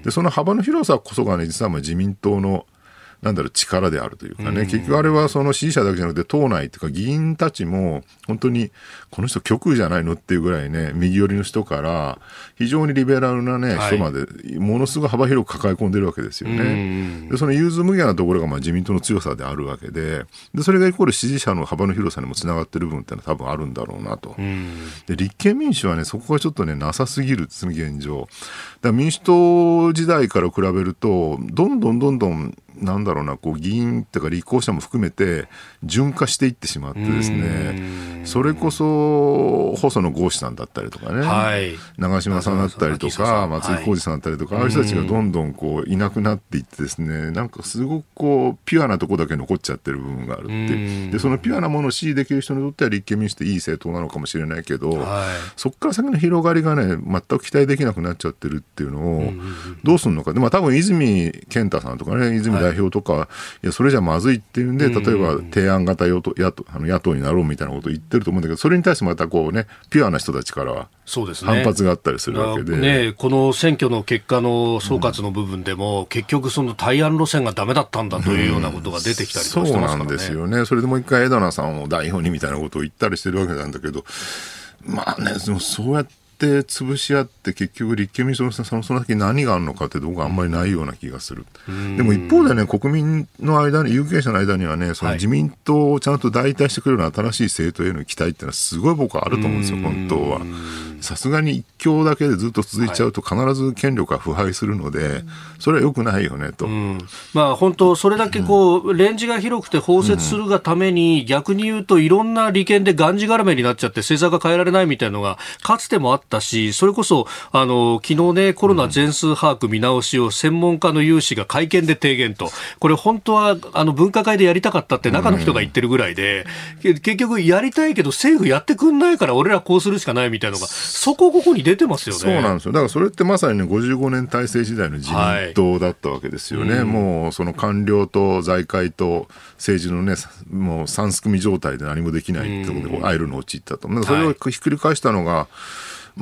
でその幅の広さこそがね実はまあ自民党のなんだろう力であるというかね、結局あれはその支持者だけじゃなくて党内というか議員たちも本当にこの人極右じゃないのっていうぐらいね右寄りの人から非常にリベラルなね、はい、人までものすごい幅広く抱え込んでるわけですよね。でその融通無碍なところがまあ自民党の強さであるわけで、でそれがイコール支持者の幅の広さにもつながってる部分ってのは多分あるんだろうなと。で立憲民主はねそこがちょっとねなさすぎるですね現状。だから民主党時代から比べるとどんどんどんどんなんだろうなこう議員とか立候補者も含めて順化していってしまってですね、それこそ細野豪志さんだったりとかね、はい、長嶋さんだったりとか松井浩二さんだったりとか、はい、ああいう人たちがどんどんこういなくなっていってですね、なんかすごくこうピュアなとこだけ残っちゃってる部分があるって、でそのピュアなものを支持できる人にとっては立憲民主っていい政党なのかもしれないけど、はい、そこから先の広がりがね全く期待できなくなっちゃってるっていうのをどうするのか。で、まあ、多分泉健太さんとかね泉代表とか、はい、いやそれじゃまずいっていうんで、例えば提案型与党、野党、あの野党になろうみたいなことを言ってると思うんだけど、それに対してまたこうねピュアな人たちからは反発があったりするわけで、 ね、この選挙の結果の総括の部分でも、うん、結局その対案路線がダメだったんだというようなことが出てきたりとかしてますからね、うん、そうなんですよね。それでもう一回枝野さんを代表にみたいなことを言ったりしてるわけなんだけど、まあねそうやって潰し合って結局立憲民主党のそのその先何があるのかってどこかあんまりないような気がする。でも一方でね国民の間に有権者の間にはねその自民党をちゃんと代替してくれるような新しい政党への期待っていうのはすごい僕はあると思うんですよ本当は。さすがに一強だけでずっと続いちゃうと必ず権力が腐敗するので、それは良くないよねと、うんまあ、本当それだけこう、うん、レンジが広くて包摂するがために、うん、逆に言うといろんな利権でがんじがらめになっちゃって政策が変えられないみたいなのがかつてもあったし、それこそあの昨日ねコロナ全数把握見直しを専門家の有志が会見で提言と、これ本当はあの分科会でやりたかったって中の人が言ってるぐらいで、うん、結局やりたいけど政府やってくんないから俺らこうするしかないみたいなのがそこここに出てますよね。 そうなんですよ。だからそれってまさに、ね、ごじゅうごねん体制時代の自民党だったわけですよね、はい、もうその官僚と財界と政治のねもう三すくみ状態で何もできないってことでアイルに陥ったと。それをひっくり返したのが、はい、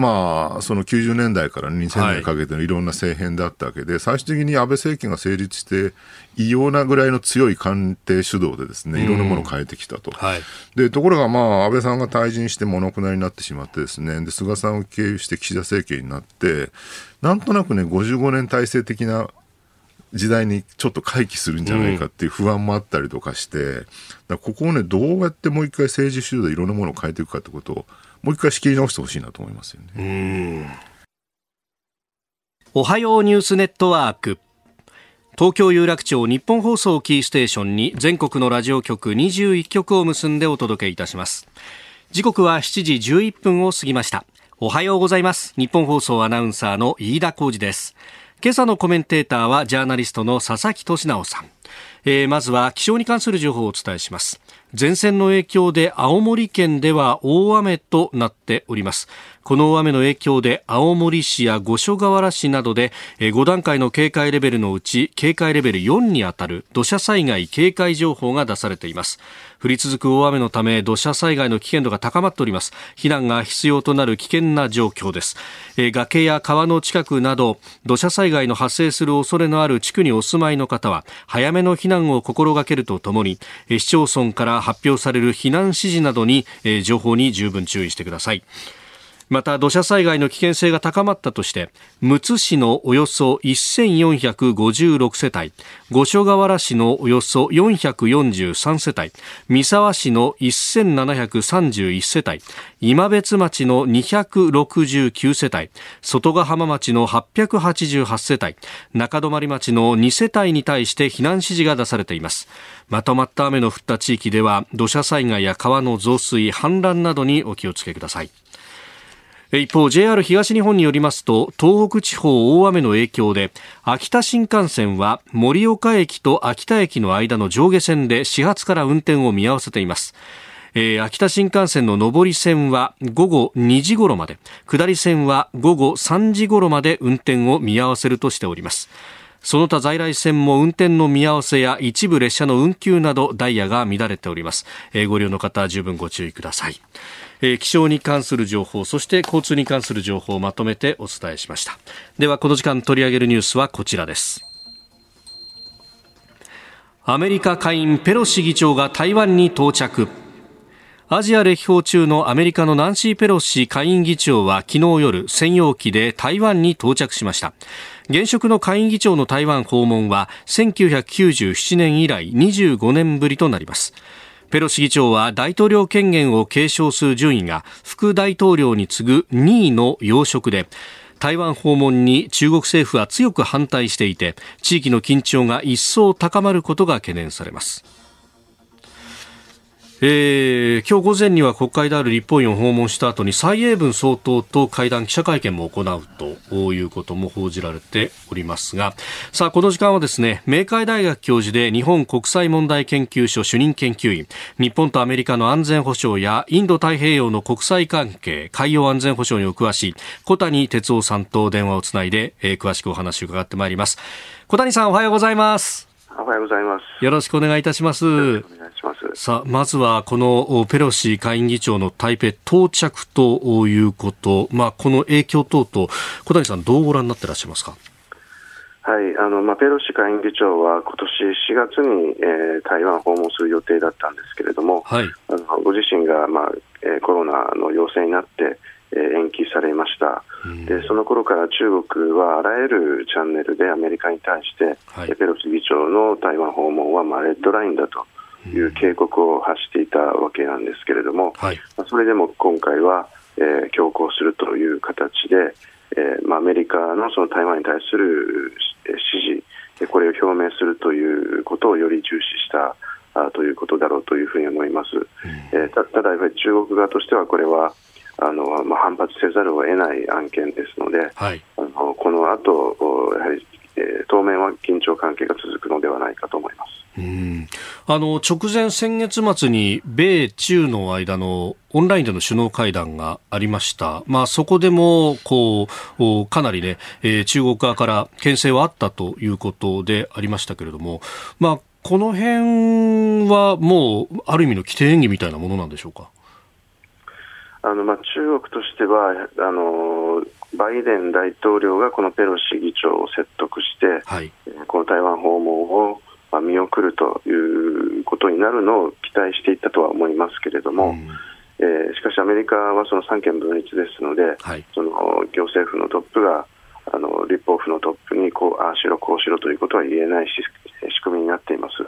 まあ、そのきゅうじゅうねんだいからにせんねんにかけてのいろんな政変だったわけで、はい、最終的に安倍政権が成立して異様なぐらいの強い官邸主導でですね、いろんなものを変えてきたと、はい、でところが、まあ、安倍さんが退陣してモノクナになってしまってですね、で菅さんを経由して岸田政権になって、なんとなくねごじゅうごねん体制的な時代にちょっと回帰するんじゃないかっていう不安もあったりとかして、だからここをねどうやってもう一回政治主導でいろんなものを変えていくかってことをもう一回仕切り直してほしいなと思いますよね。うーん。 おはようニュースネットワーク、東京有楽町日本放送キーステーションに全国のラジオ局にじゅういっきょくを結んでお届けいたします。時刻はしちじじゅういっぷんを過ぎました。おはようございます。日本放送アナウンサーの飯田浩司です。今朝のコメンテーターはジャーナリストの佐々木俊直さん。えー、まずは気象に関する情報をお伝えします。前線の影響で青森県では大雨となっております。この大雨の影響で青森市や五所川原市などでごだんかいの警戒レベルのうち警戒レベルよんにあたる土砂災害警戒情報が出されています。降り続く大雨のため土砂災害の危険度が高まっております。避難が必要となる危険な状況です。え崖や川の近くなど土砂災害の発生する恐れのある地区にお住まいの方は早めの避難を心がけるとともに、市町村から発表される避難指示などに情報に十分注意してください。また土砂災害の危険性が高まったとしてむつ市のおよそせんよんひゃくごじゅうろくせたい、五所川原市のおよそよんひゃくよんじゅうさんせたい、三沢市のせんななひゃくさんじゅういちせたい、今別町のにひゃくろくじゅうきゅうせたい、外ヶ浜町のはっぴゃくはちじゅうはちせたい、中泊町のにせたいに対して避難指示が出されています。まとまった雨の降った地域では土砂災害や川の増水氾濫などにお気をつけください。一方 ジェイアール 東日本によりますと、東北地方大雨の影響で秋田新幹線は盛岡駅と秋田駅の間の上下線で始発から運転を見合わせています。えー、秋田新幹線の上り線はごごにじ頃まで、下り線はごごさんじ頃まで運転を見合わせるとしております。その他在来線も運転の見合わせや一部列車の運休などダイヤが乱れております。えー、ご利用の方は十分ご注意ください。えー、気象に関する情報、そして交通に関する情報をまとめてお伝えしました。ではこの時間取り上げるニュースはこちらです。アメリカ下院ペロシ議長が台湾に到着。アジア歴訪中のアメリカのナンシー・ペロシ下院議長は昨日夜専用機で台湾に到着しました。現職の下院議長の台湾訪問はせんきゅうひゃくきゅうじゅうななねん以来にじゅうごねんぶりとなります。ペロシ議長は大統領権限を継承する順位が副大統領に次ぐにいの要職で、台湾訪問に中国政府は強く反対していて、地域の緊張が一層高まることが懸念されます。えー、今日午前には国会である立法院を訪問した後に蔡英文総統と会談記者会見も行うということも報じられておりますが、さあこの時間はですね、明海大学教授で日本国際問題研究所主任研究員、日本とアメリカの安全保障やインド太平洋の国際関係、海洋安全保障にお詳しい小谷哲夫さんと電話をつないで、えー、詳しくお話を伺ってまいります。小谷さん、おはようございます。 おはようございます。 よろしくお願いいたします。よろしくお願いします。さあまずはこのペロシ下院議長の台北到着ということ、まあ、この影響等々小谷さんどうご覧になっていらっしゃいますか。 はい、あのまあ、ペロシ下院議長は今年しがつに、えー、台湾訪問する予定だったんですけれども、はい、あのご自身が、まあえー、コロナの陽性になって延期されました。でその頃から中国はあらゆるチャンネルでアメリカに対して、はい、ペロシ議長の台湾訪問は、まあ、レッドラインだという警告を発していたわけなんですけれども、はい、それでも今回は、えー、強行するという形で、えーまあ、アメリカのその台湾に対する支持、これを表明するということをより重視したあということだろうというふうに思います。えー、た, ただやっぱり中国側としてはこれはあのまあ、反発せざるを得ない案件ですので、はい、あのこの後やはり、えー、当面は緊張関係が続くのではないかと思います。 うんあの直前、先月末に米中の間のオンラインでの首脳会談がありました。まあ、そこでもこうかなり、ねえー、中国側から牽制はあったということでありましたけれども、まあ、この辺はもうある意味の規定演技みたいなものなんでしょうか。 あのまあ、中国としてはあのバイデン大統領がこのペロシ議長を説得して、はい、この台湾訪問を見送るということになるのを期待していったとは思いますけれども、うんえー、しかしアメリカはその三権分立ですので、はい、その行政府のトップがあの立法府のトップにこうああしろこうしろということは言えないし仕組みになっています、うん、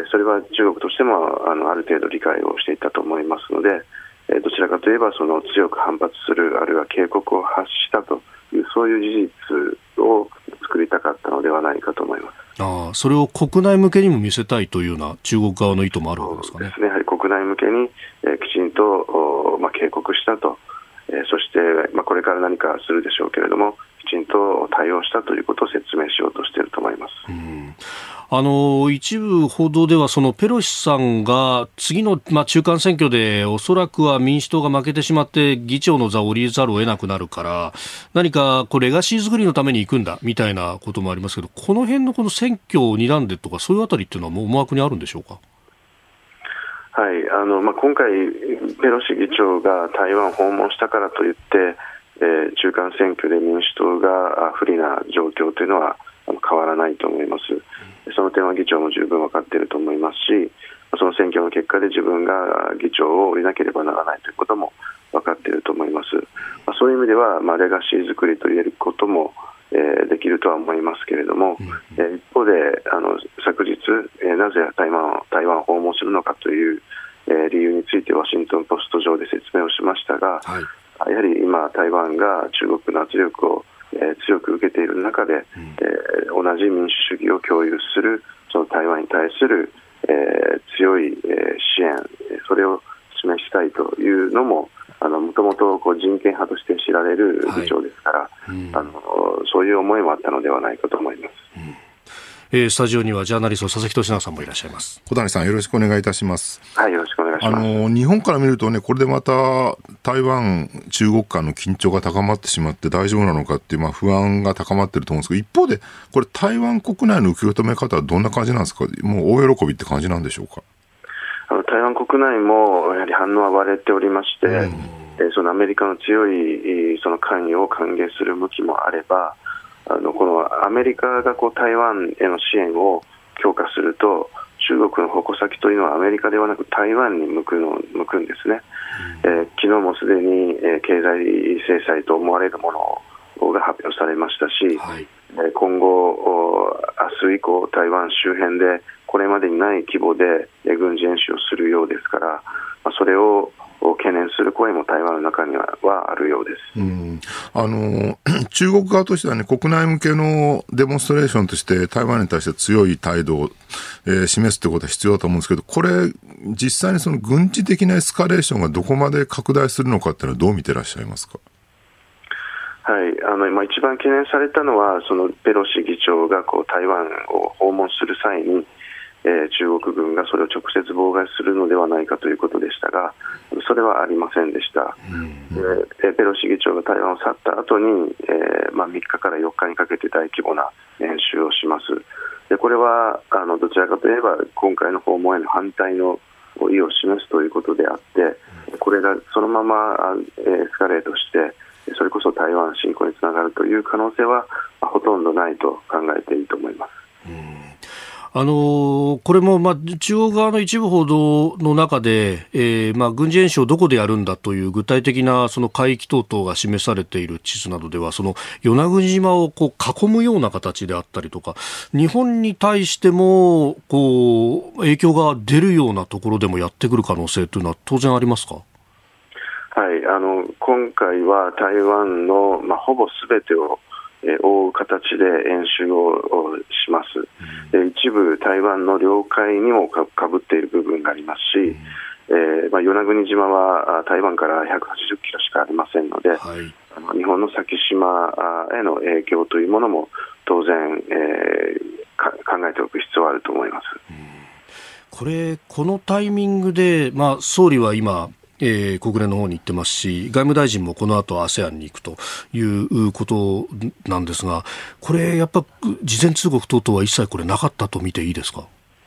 でそれは中国としてもあのある程度理解をしていたと思いますので、どちらかといえばその強く反発するあるいは警告を発したというそういう事実を作りたかったのではないかと思います。 ああ、それを国内向けにも見せたいというような中国側の意図もあるわけですかね。 そうですね、やはり国内向けに、えー、きちんと、まあ、警告したと、えー、そして、まあ、これから何かするでしょうけれどもきちんと対応したということを説明しようとしていると思います。 うんあの一部報道ではそのペロシさんが次の、まあ、中間選挙でおそらくは民主党が負けてしまって議長の座を降りざるを得なくなるから何かこうレガシー作りのために行くんだみたいなこともありますけど、この辺のこの選挙を睨んでとかそういうあたりっていうのはもう思惑にあるんでしょうか。 はいあのまあ、今回ペロシ議長が台湾を訪問したからといって、えー、中間選挙で民主党が不利な状況というのは変わらないと思います。その点は議長も十分分かっていると思いますし、その選挙の結果で自分が議長を降りなければならないということも分かっていると思います。そういう意味では、まあ、レガシー作りと言えることも、えー、できるとは思いますけれども、うんえー、一方であの昨日、えー、なぜ台湾、台湾を訪問するのかという、えー、理由についてワシントンポスト上で説明をしましたが、はい、やはり今台湾が中国の圧力をえー、強く受けている中で、うんえー、同じ民主主義を共有するその台湾に対する、えー、強い、えー、支援それを示したいというのももともと人権派として知られる議長ですから、はいうん、あのそういう思いもあったのではないかと思います、うんえー、スタジオにはジャーナリスト佐々木俊直さんもいらっしゃいます。 小谷さんよろしくお願いいたします。 はい、よろしくお願いします。 あの日本から見るとね、これでまた台湾中国間の緊張が高まってしまって大丈夫なのかっていう、まあ、不安が高まっていると思うんですけど、一方でこれ台湾国内の受け止め方はどんな感じなんですか。もう大喜びって感じなんでしょうか。 あの台湾国内もやはり反応は割れておりまして、うんえー、そのアメリカの強いその関与を歓迎する向きもあれば、あのこのアメリカがこう台湾への支援を強化すると中国の矛先というのはアメリカではなく台湾に向くの向くんですね、うんえー、昨日もすでに、えー、経済制裁と思われるものが発表されましたし、はいえー、今後明日以降台湾周辺でこれまでにない規模で軍事演習をするようですから、まあ、それを懸念する声も台湾の中には、はあるようです。 うんあの中国側としては、ね、国内向けのデモンストレーションとして台湾に対して強い態度を、えー、示すということは必要だと思うんですけど、これ実際にその軍事的なエスカレーションがどこまで拡大するのかっていうのはどう見てらっしゃいますか。 はい、あのまあ、一番懸念されたのはそのペロシ議長がこう台湾を訪問する際にえー、中国軍がそれを直接妨害するのではないかということでしたが、それはありませんでした、うんうんえー、ペロシ議長が台湾を去った後に、えーまあ、みっかからよっかにかけて大規模な演習をします。でこれはあのどちらかといえば今回の訪問への反対の意を示すということであって、これがそのままエスカレートしてそれこそ台湾侵攻につながるという可能性はほとんどないと考えていいと思います。 うんあのこれも、まあ、中国側の一部報道の中で、えーまあ、軍事演習をどこでやるんだという具体的なその海域等々が示されている地図などではその与那国島をこう囲むような形であったりとか日本に対してもこう影響が出るようなところでもやってくる可能性というのは当然ありますか。 はい、あの今回は台湾の、まあ、ほぼ全てを覆う形で演習をします。で一部台湾の領海にもかぶっている部分がありますし、えーまあ、与那国島は台湾からひゃくはちじゅっキロしかありませんので、はい、あの日本の先島への影響というものも当然、えー、 考えておく必要はあると思います。 これ、このタイミングで、まあ、総理は今、えー、国連の方に行ってますし、外務大臣もこの後 アセアン に行くということなんですが、これやっぱ事前通告等々は一切これなかったと見ていいですか？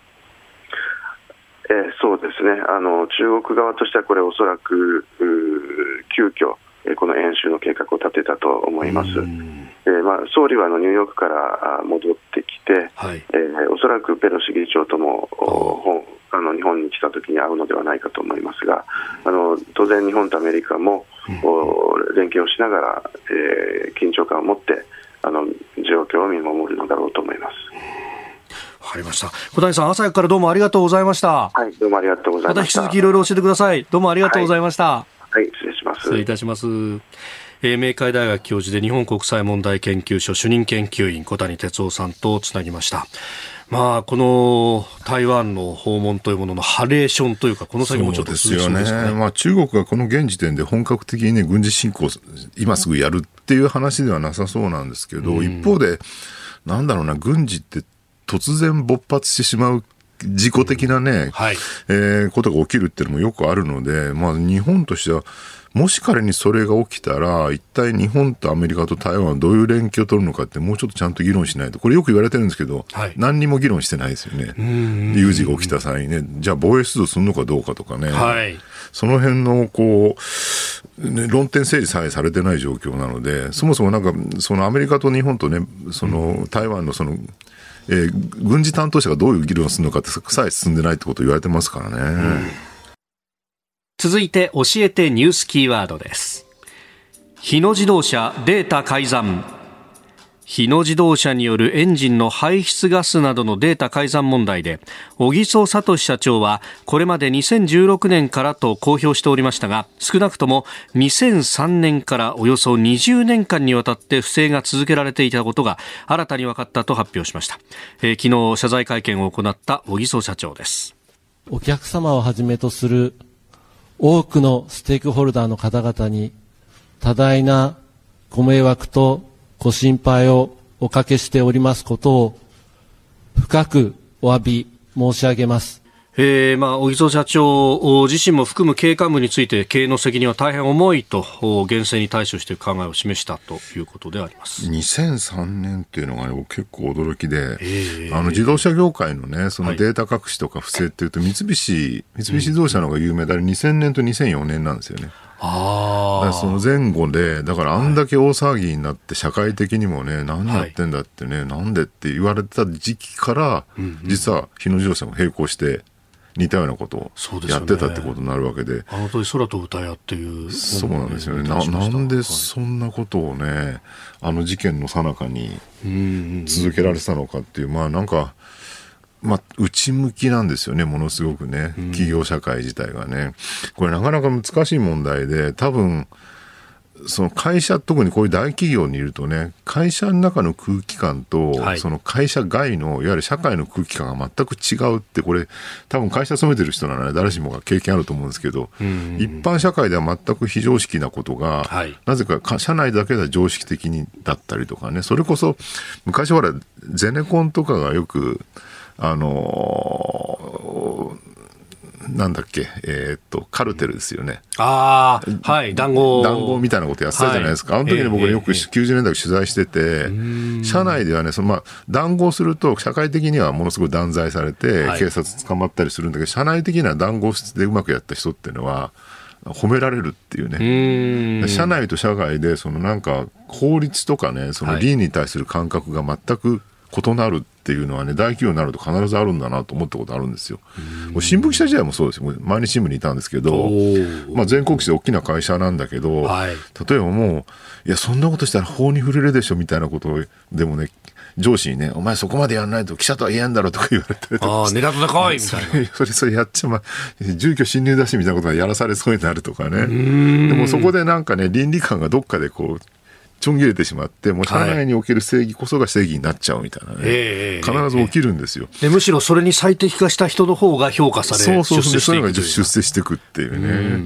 えー、そうですね、あの中国側としてはこれおそらく急遽この演習の計画を立てたと思います。えーまあ、総理はあのニューヨークから戻ってきて、はい、えー、おそらくペロシ議長ともあの日本に来たときに会うのではないかと思いますが、あの当然日本とアメリカも、うん、連携をしながら、えー、緊張感を持ってあの状況を見守るのだろうと思います。 わかりました。小谷さん、朝からどうもありがとうございました。 はい、どうもありがとうございました。 また引き続きいろいろ教えてください。どうもありがとうございました。 はい、はい、失礼します。 失礼いたします。えー、明海大学教授で日本国際問題研究所主任研究員小谷哲男さんとつなぎました。まあ、この台湾の訪問というもののハレーションというか、この先もちょっと続きそうですかね。 そうですよね。まあ、中国がこの現時点で本格的に、ね、軍事侵攻今すぐやるっていう話ではなさそうなんですけど、うん、一方でなんだろうな、軍事って突然勃発してしまう事故的なね、うん、はい、えー、ことが起きるっていうのもよくあるので、まあ、日本としてはもし仮にそれが起きたら一体日本とアメリカと台湾はどういう連携を取るのかってもうちょっとちゃんと議論しないと。これよく言われてるんですけど、はい、何にも議論してないですよね。有事が起きた際にね、じゃあ防衛出動するのかどうかとかね、はい、その辺のこう、ね、論点整理さえされてない状況なので、そもそもなんかそのアメリカと日本とね、その台湾のそのえー、軍事担当者がどういう議論をするのかってさえ進んでないってことを言われてますからね。うん、 続いて教えてニュースキーワードです。日野自動車データ改ざん。日野自動車によるエンジンの排出ガスなどのデータ改ざん問題で、小木曽聡社長はこれまでにせんじゅうろくねんからと公表しておりましたが、少なくともにせんさんねんからおよそにじゅうねんかんにわたって不正が続けられていたことが新たに分かったと発表しました。えー、昨日謝罪会見を行った小木曽社長です。 お客様をはじめとする多くのステークホルダーの方々に多大なご迷惑とご心配をおかけしておりますことを深くお詫び申し上げます。 えーまあ、小木曽社長自身も含む経営幹部について経営の責任は大変重いと厳正に対処していく考えを示したということであります。 にせんさんねんっていうのが、ね、結構驚きで、えー、あの自動車業界の、ね、そのデータ隠しとか不正っていうと、はい、三菱三菱自動車の方が有名で、あれにせんねんとにせんよねんなんですよね。あだからその前後で、だからあんだけ大騒ぎになって社会的にもね、何やってんだってね、はい、なんでって言われた時期から、うんうん、実は日野自動車も並行して似たようなことをやってたってことになるわけで、 あの時空飛ぶタイヤっていう、 そうなんですよね。 な, なんでそんなことをね、あの事件の最中に続けられてたのかっていう、まあなんかまあ、内向きなんですよね、ものすごくね、企業社会自体がね。これなかなか難しい問題で、多分その会社、特にこういう大企業にいるとね、会社の中の空気感と、はい、その会社外のいわゆる社会の空気感が全く違うって、これ多分会社勤めてる人なら、ね、誰しもが経験あると思うんですけど、うんうんうん、一般社会では全く非常識なことが、はい、なぜか社内だけでは常識的にだったりとかね、それこそ昔ほらゼネコンとかがよくあのー、なんだっけ、えー、っとカルテルですよね。 ああ、はい、談合談合みたいなことやってたじゃないですか。はい、あの時に僕よくきゅうじゅうねんだい取材してて、えー、社内ではね、そのまあ談合すると社会的にはものすごい断罪されて、はい、警察捕まったりするんだけど、社内的には談合でうまくやった人っていうのは褒められるっていうね。う社内と社外でそのなんか法律とかね、その倫理に対する感覚が全く異なるっていうのはね、大企業になると必ずあるんだなと思ったことあるんですよ。新聞記者時代もそうですよ。毎日新聞にいたんですけど、まあ、全国紙で大きな会社なんだけど、はい、例えばもういやそんなことしたら法に触れるでしょみたいなことでもね、上司にね、お前そこまでやらないと記者とは言えんだろとか言われたりとか、 ああ、狙ってこいみたいな、 それそれやっちゃま住居侵入だしみたいなことがやらされそうになるとかね。でもそこでなんかね、倫理観がどっかでこうちょん切れてしまって、もう社内における正義こそが正義になっちゃうみたいなね、はい、必ず起きるんですよ。 でむしろそれに最適化した人の方が評価され、 そうそうそう、それが出世していくっていうね。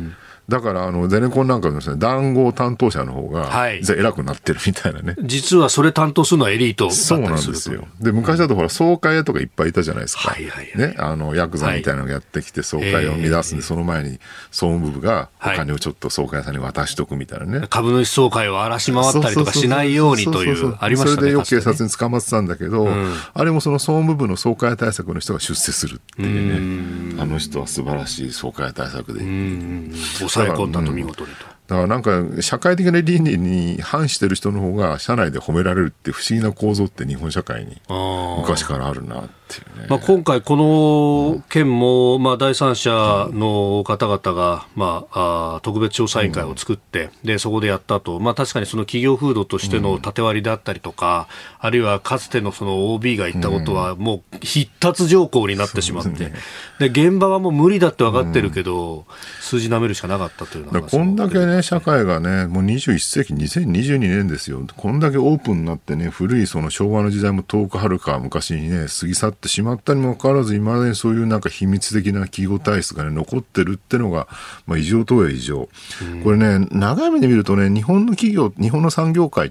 だからあのゼネコンなんかのですね、談合担当者の方が、はい、偉くなってるみたいなね。 実はそれ担当するのはエリートだったりすると。 そうなんですよ。で、昔だとほら、総会とかいっぱいいたじゃないですか。はいはいはい、ね、あの、ヤクザみたいなのがやってきて総会を乱すんで、はい、その前に総務部がお金をちょっと総会さんに渡しとくみたいなね。はい、 株主総会を荒らし回ったりとかしないようにという、ありましたね。 それでよく警察に捕まってたんだけど、うん、あれもその総務部の総会対策の人が出世するっていうね。あの人は素晴らしい総会対策で。 抑え込んだと見事にと。 だからなんか社会的な倫理に反してる人の方が社内で褒められるって不思議な構造って日本社会に昔からあるなっていうね。 まあ、今回この件もまあ第三者の方々がまああ特別調査委員会を作ってでそこでやったと、まあ、確かにその企業風土としての縦割りであったりとか、うん、あるいはかつてのその オービー が言ったことはもう必達条項になってしまって、うん、で現場はもう無理だって分かってるけど、うん、数字舐めるしかなかったというのがこんだけね社会がねもうにじゅういっ世紀にせんにじゅうにねんですよ。こんだけオープンになってね古いその昭和の時代も遠くはるか昔にね過ぎ去ってしまったにもかかわらずいまだにそういうなんか秘密的な企業体質がね残ってるってのが、まあ、異常とは異常、うん、これね長い目で見るとね日本の企業日本の産業界って、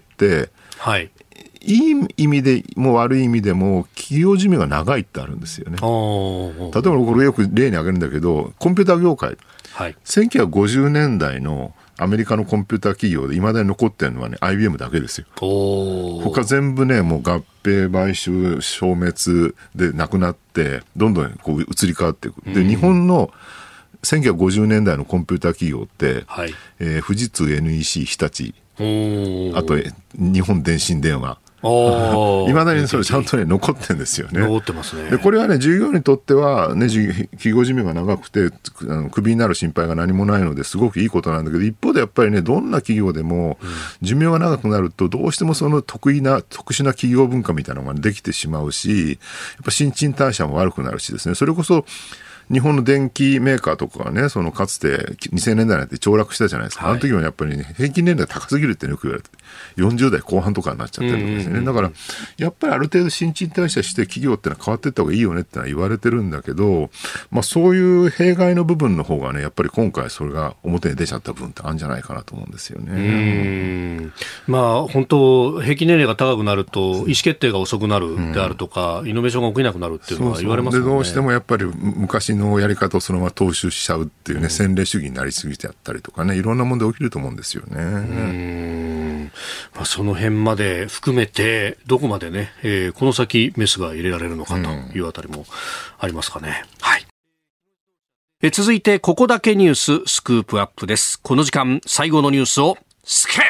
はい、いい意味でも悪い意味でも企業寿命が長いってあるんですよね。例えばこれよく例に挙げるんだけどコンピューター業界、はい、せんきゅうひゃくごじゅうねんだいのアメリカのコンピューター企業でいまだに残ってるのはね アイビーエム だけですよ。他全部ねもう合併買収消滅でなくなってどんどんこう移り変わっていく。で、うん、日本のせんきゅうひゃくごじゅうねんだいのコンピューター企業って、はいえー、富士通 エヌイーシー 日立あと日本電信電話いまだにそれちゃんとね残ってるんですよね。 残ってますね。 でこれはね従業員にとってはね企業寿命が長くてあのクビになる心配が何もないのですごくいいことなんだけど一方でやっぱりねどんな企業でも寿命が長くなるとどうしてもその得意な特殊な企業文化みたいなのができてしまうしやっぱ新陳代謝も悪くなるしですね。それこそ日本の電機メーカーとかがね、そのかつてにせんねんだいなんて凋落したじゃないですか。はい、あの時もやっぱり、ね、平均年齢高すぎるってよく言われて、よんじゅうだいこう半とかになっちゃってるんですね。だから、やっぱりある程度新陳代謝して企業ってのは変わっていった方がいいよねってのは言われてるんだけど、まあそういう弊害の部分の方がね、やっぱり今回それが表に出ちゃった部分ってあるんじゃないかなと思うんですよね。 うんまあ本当、平均年齢が高くなると意思決定が遅くなるであるとか、イノベーションが起きなくなるっていうのは言われますよね。 そうそうでどうしてもやっぱり昔のやり方をそのまま踏襲しちゃうっていうね、うん、先例主義になりすぎてやったりとかねいろんな問題起きると思うんですよね。 うんまあ、その辺まで含めてどこまでね、えー、この先メスが入れられるのかというあたりもありますかね。うん、はいえ続いてここだけニューススクープアップです。この時間最後のニュースをスクープアッ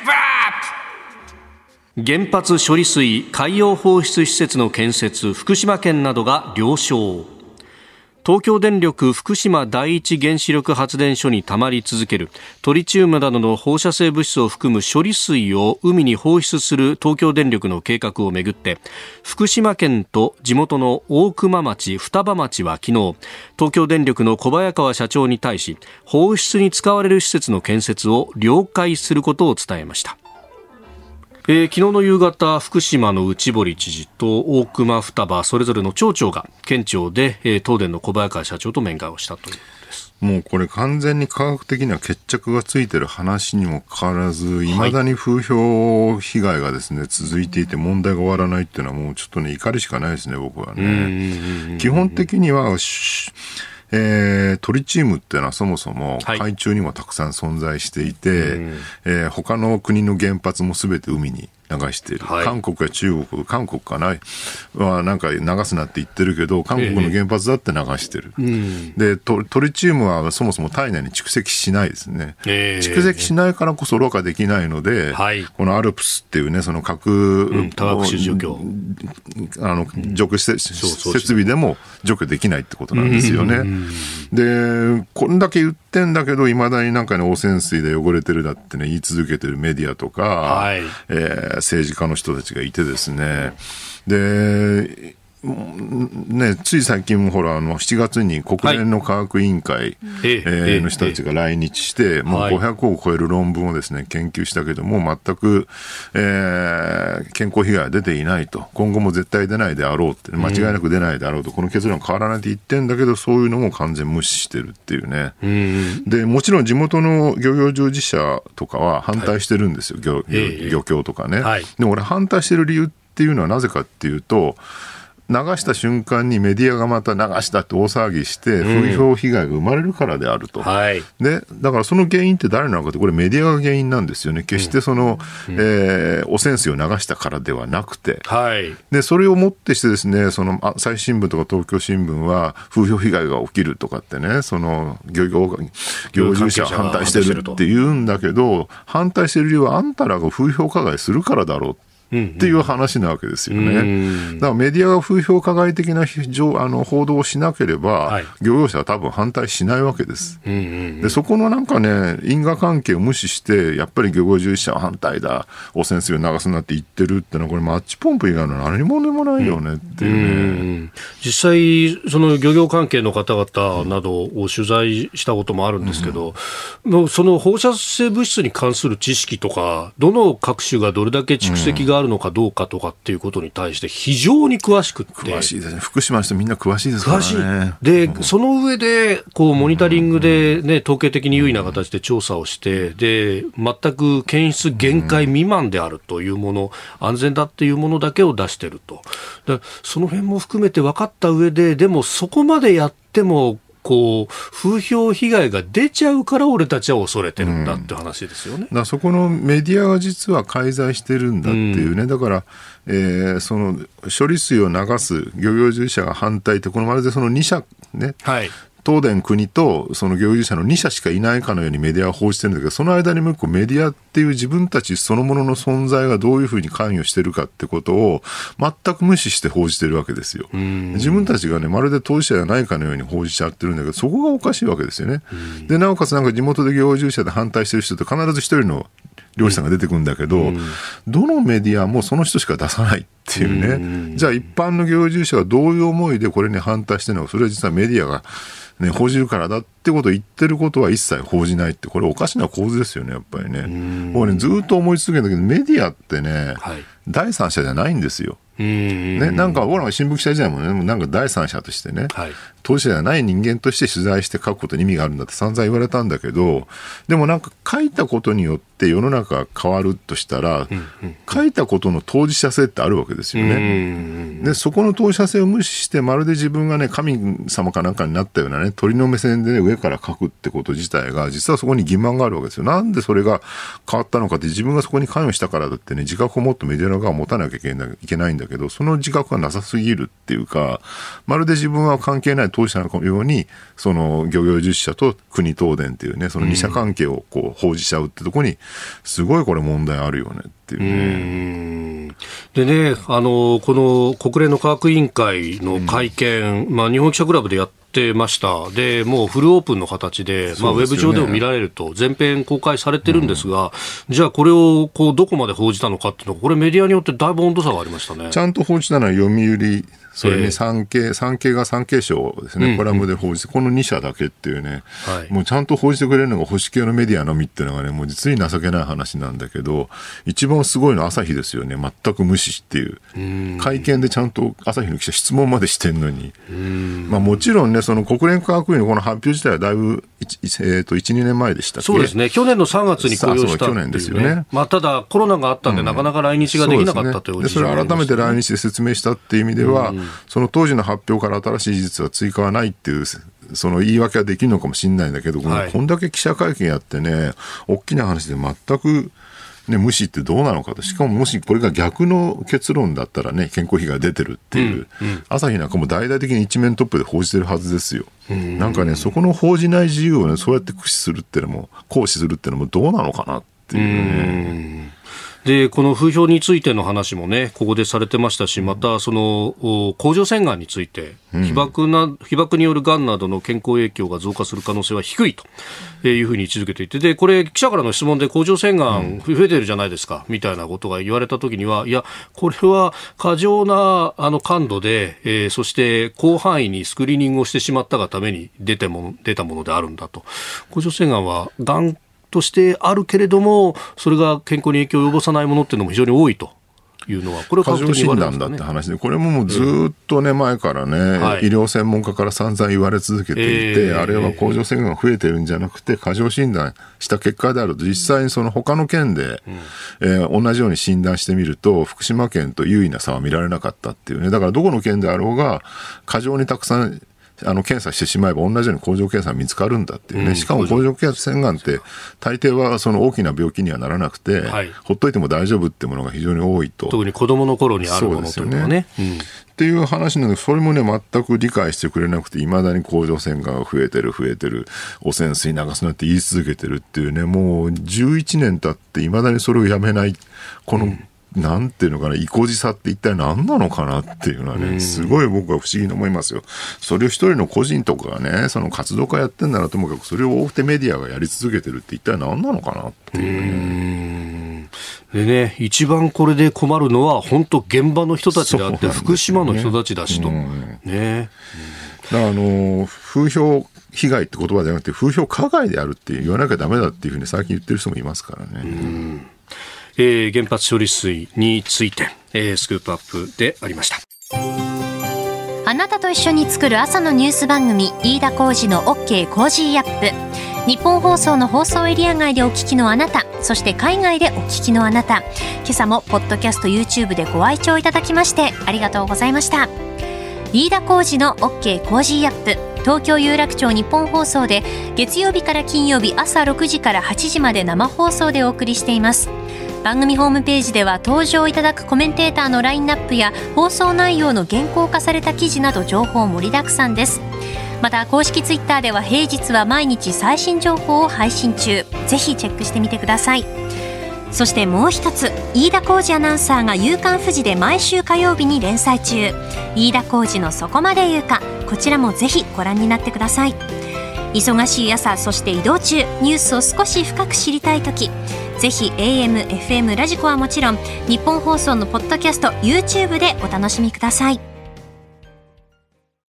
プ。原発処理水海洋放出施設の建設福島県などが了承。東京電力福島第一原子力発電所にたまり続けるトリチウムなどの放射性物質を含む処理水を海に放出する東京電力の計画をめぐって福島県と地元の大熊町、双葉町は昨日東京電力の小早川社長に対し放出に使われる施設の建設を了解することを伝えました。えー、昨日の夕方福島の内堀知事と大熊双葉それぞれの町長が県庁で、えー、東電の小早川社長と面会をしたということです。 もうこれ完全に科学的には決着がついてる話にもかかわらずいまだに風評被害がですね続いていて問題が終わらないっていうのはもうちょっとね怒りしかないですね僕はね。基本的にはえー、トリチウムっていうのはそもそも海中にもたくさん存在していて、はいえー、他の国の原発もすべて海に流している、はい、韓国や中国韓国かなはなんか流すなって言ってるけど韓国の原発だって流してる、えー、で ト, トリチウムはそもそも体内に蓄積しないですね、えー、蓄積しないからこそろ過できないので、はい、このアルプスっていうねその核、うん、 多核種除去あの除去して、うん、設備でも除去できないってことなんですよね、うん、でこんだけ言ってんだけどいまだになんかね汚染水で汚れてるだってね言い続けてるメディアとか、はいえー、政治家の人たちがいてですねでね、つい最近もほらあのしちがつに国連の科学委員会、はい、えー、の人たちが来日して、もうごひゃくを超える論文をですね研究したけども全く、えー、健康被害は出ていないと、今後も絶対出ないであろうって、間違いなく出ないであろうと、この結論変わらないって言ってんだけど、そういうのも完全無視してるっていうね。うん、でもちろん地元の漁業従事者とかは反対してるんですよ、はい、漁, 漁, 漁協とかね、はい、でも俺反対してる理由っていうのはなぜかっていうと、流した瞬間にメディアがまた流したって大騒ぎして風評被害が生まれるからであると、うん、はい、でだからその原因って誰なのかって、これメディアが原因なんですよね。決してその、うん、えー、汚染水を流したからではなくて、はい、でそれをもってしてですね、その朝日新聞とか東京新聞は風評被害が起きるとかってね、その漁業漁業従事者は反対してるって言うんだけど、反対してる理由はあんたらが風評加害するからだろうっていう話なわけですよね。うん、だからメディアが風評加害的なあの報道をしなければ、はい、漁業者は多分反対しないわけです。うんうんうん、でそこのなんかね、因果関係を無視してやっぱり漁業従事者は反対だ、汚染水を流すなって言ってるってのは、これマッチポンプ以外の何もでもないよねっていうね。うんうん、 実際その漁業関係の方々などを取材したこともあるんですけど、うんうん、その放射性物質に関する知識とか、どの各種がどれだけ蓄積があるのかどうかとかっていうことに対して非常に詳しくって、 詳しいですね。福島の人みんな詳しいですからね。詳しい。 で、うん、その上でこうモニタリングで、ね、統計的に優位な形で調査をして、で全く検出限界未満であるというもの、安全だっていうものだけを出してると。でその辺も含めて分かった上で、でもそこまでやってもこう風評被害が出ちゃうから俺たちは恐れてるんだって話ですよね。 うん、だからそこのメディアが実は介在してるんだっていうね。うん、だから、えー、その処理水を流す漁業従事者が反対って、このまるでそのに社ね、はい、東電国とその漁業従事者のに社しかいないかのようにメディアは報じてるんだけど、その間にもう一個メディアっていう自分たちそのものの存在がどういうふうに関与してるかってことを全く無視して報じてるわけですよ。自分たちがね、まるで当事者じゃないかのように報じちゃってるんだけど、そこがおかしいわけですよね。でなおかつなんか地元で漁業従事者で反対してる人って必ず一人の漁師さんが出てくるんだけど、どのメディアもその人しか出さないっていうね。じゃあ一般の漁業従事者がどういう思いでこれに反対してるのか、それは実はメディアがね、報じるからだってことを言ってることは一切報じないって、これおかしな構図ですよね、やっぱりね。僕ね、ずっと思い続けるんだけど、メディアってね、はい、第三者じゃないんですよ。ね、なんか僕らが新聞記者時代もね、なんか第三者としてね、はい、当事者じゃない人間として取材して書くことに意味があるんだって散々言われたんだけど、でもなんか書いたことによって世の中が変わるとしたら、うんうん、書いたことの当事者性ってあるわけですよね。でそこの当事者性を無視して、まるで自分がね、神様かなんかになったようなね、鳥の目線でね、上から書くってこと自体が、実はそこに疑問があるわけですよ。なんでそれが変わったのかって、自分がそこに関与したからだってね、自覚をもっとメディアの側は持たなきゃいけない、いけないんだけど、その自覚がなさすぎるっていうか、まるで自分は関係ない当事者のように、その漁業従事者と国東電っていうね、その二者関係をこう報じちゃうってとこに、すごいこれ問題あるよねっていうね。 うんでね、あのこの国連の科学委員会の会見、うん、まあ、日本記者クラブでやってました。でもうフルオープンの形で、まあ、ウェブ上でも見られると全編公開されてるんですが、うん、じゃあこれをこうどこまで報じたのかっていうのは、これメディアによってだいぶ温度差がありましたね。 ちゃんと報じたのは読売、それに産経、産経が産経省ですね、コラムで報じて、このに社だけっていうね、はい、もうちゃんと報じてくれるのが保守系のメディアのみっていうのがね、もう実に情けない話なんだけど、一番すごいのは朝日ですよね、全く無視っていう。う会見でちゃんと朝日の記者質問までしてんのに。まあもちろんね、その国連科学院のこの発表自体はだいぶ、えー、といち、にねんまえでしたっけ。 そうですね、去年のさんがつに公表したっていう、ね、去年ですよね。まあただコロナがあったんで、うん、なかなか来日ができなかったという事情がありましたね。で、それを改めて来日で説明したっていう意味では、その当時の発表から新しい事実は追加はないっていうその言い訳はできるのかもしれないんだけど、はい、こんだけ記者会見やってね、大きな話で全く、ね、無視ってどうなのかと。しかももしこれが逆の結論だったらね、健康被害が出てるっていう、うんうん、朝日なんかも大々的に一面トップで報じてるはずですよ。うんなんかね、そこの報じない自由をね、そうやって駆使するってのも行使するってのもどうなのかなっていうね。 うでこの風評についての話もねここでされてましたし、またその甲状腺がんについて被爆な、被爆によるがんなどの健康影響が増加する可能性は低いというふうに位置づけていて、でこれ記者からの質問で甲状腺がん増えてるじゃないですか、うん、みたいなことが言われたときには、いやこれは過剰なあの感度で、えー、そして広範囲にスクリーニングをしてしまったがために出ても出たものであるんだと。甲状腺がんはがんとしてあるけれども、それが健康に影響を及ぼさないものっていうのも非常に多いというのは、これは過剰診断だって話で、これももうずっとね、前からね、はい、医療専門家から散々言われ続けていて、えー、あれは甲状腺がんが増えてるんじゃなくて過剰診断した結果であると。実際にその他の県で、うんえー、同じように診断してみると福島県と有意な差は見られなかったっていうね。だからどこの県であろうが過剰にたくさんあの検査してしまえば同じように甲状腺がん見つかるんだっていうね、うん、しかも甲状腺がんって大抵はその大きな病気にはならなくて、はい、ほっといても大丈夫っていうものが非常に多いと。 特に子どもの頃にあるものというのはね、うん、 っていう話なので、それもね全く理解してくれなくて、いまだに甲状腺がんが増えてる増えてる、汚染水流すなって言い続けてるっていうね、もうじゅういちねん経っていまだにそれをやめないこの、うんなんていうのかな、意固地さって一体何なのかなっていうのはね、すごい僕は不思議に思いますよ。それを一人の個人とかがね、その活動家やってんならともかく、それを大手メディアがやり続けてるって一体何なのかなっていうね。 うーんでね、一番これで困るのは本当現場の人たちであって、ね、福島の人たちだしと。ね。 だからあの風評被害って言葉じゃなくて風評加害であるって言わなきゃダメだっていうふうに最近言ってる人もいますからね。うんえー、原発処理水について、えー、スクープアップでありました。 あなたと一緒に作る朝のニュース番組、飯田浩司の OK コージーアップ。日本放送の放送エリア外でお聞きのあなた、そして海外でお聞きのあなた、今朝もポッドキャスト YouTube でご愛聴いただきましてありがとうございました。飯田浩司の OK コージーアップ、東京有楽町日本放送で月曜日から金曜日朝ろくじからはちじまで生放送でお送りしています。番組ホームページでは登場いただくコメンテーターのラインナップや放送内容の原稿化された記事など情報盛りだくさんです。また公式ツイッターでは平日は毎日最新情報を配信中、ぜひチェックしてみてください。そしてもう一つ、飯田浩司アナウンサーが夕刊フジで毎週火曜日に連載中、飯田浩司のそこまで言うか、こちらもぜひご覧になってください。忙しい朝、そして移動中、ニュースを少し深く知りたいとき、ぜひ エーエム、エフエム、ラジコはもちろん日本放送のポッドキャスト YouTube でお楽しみください。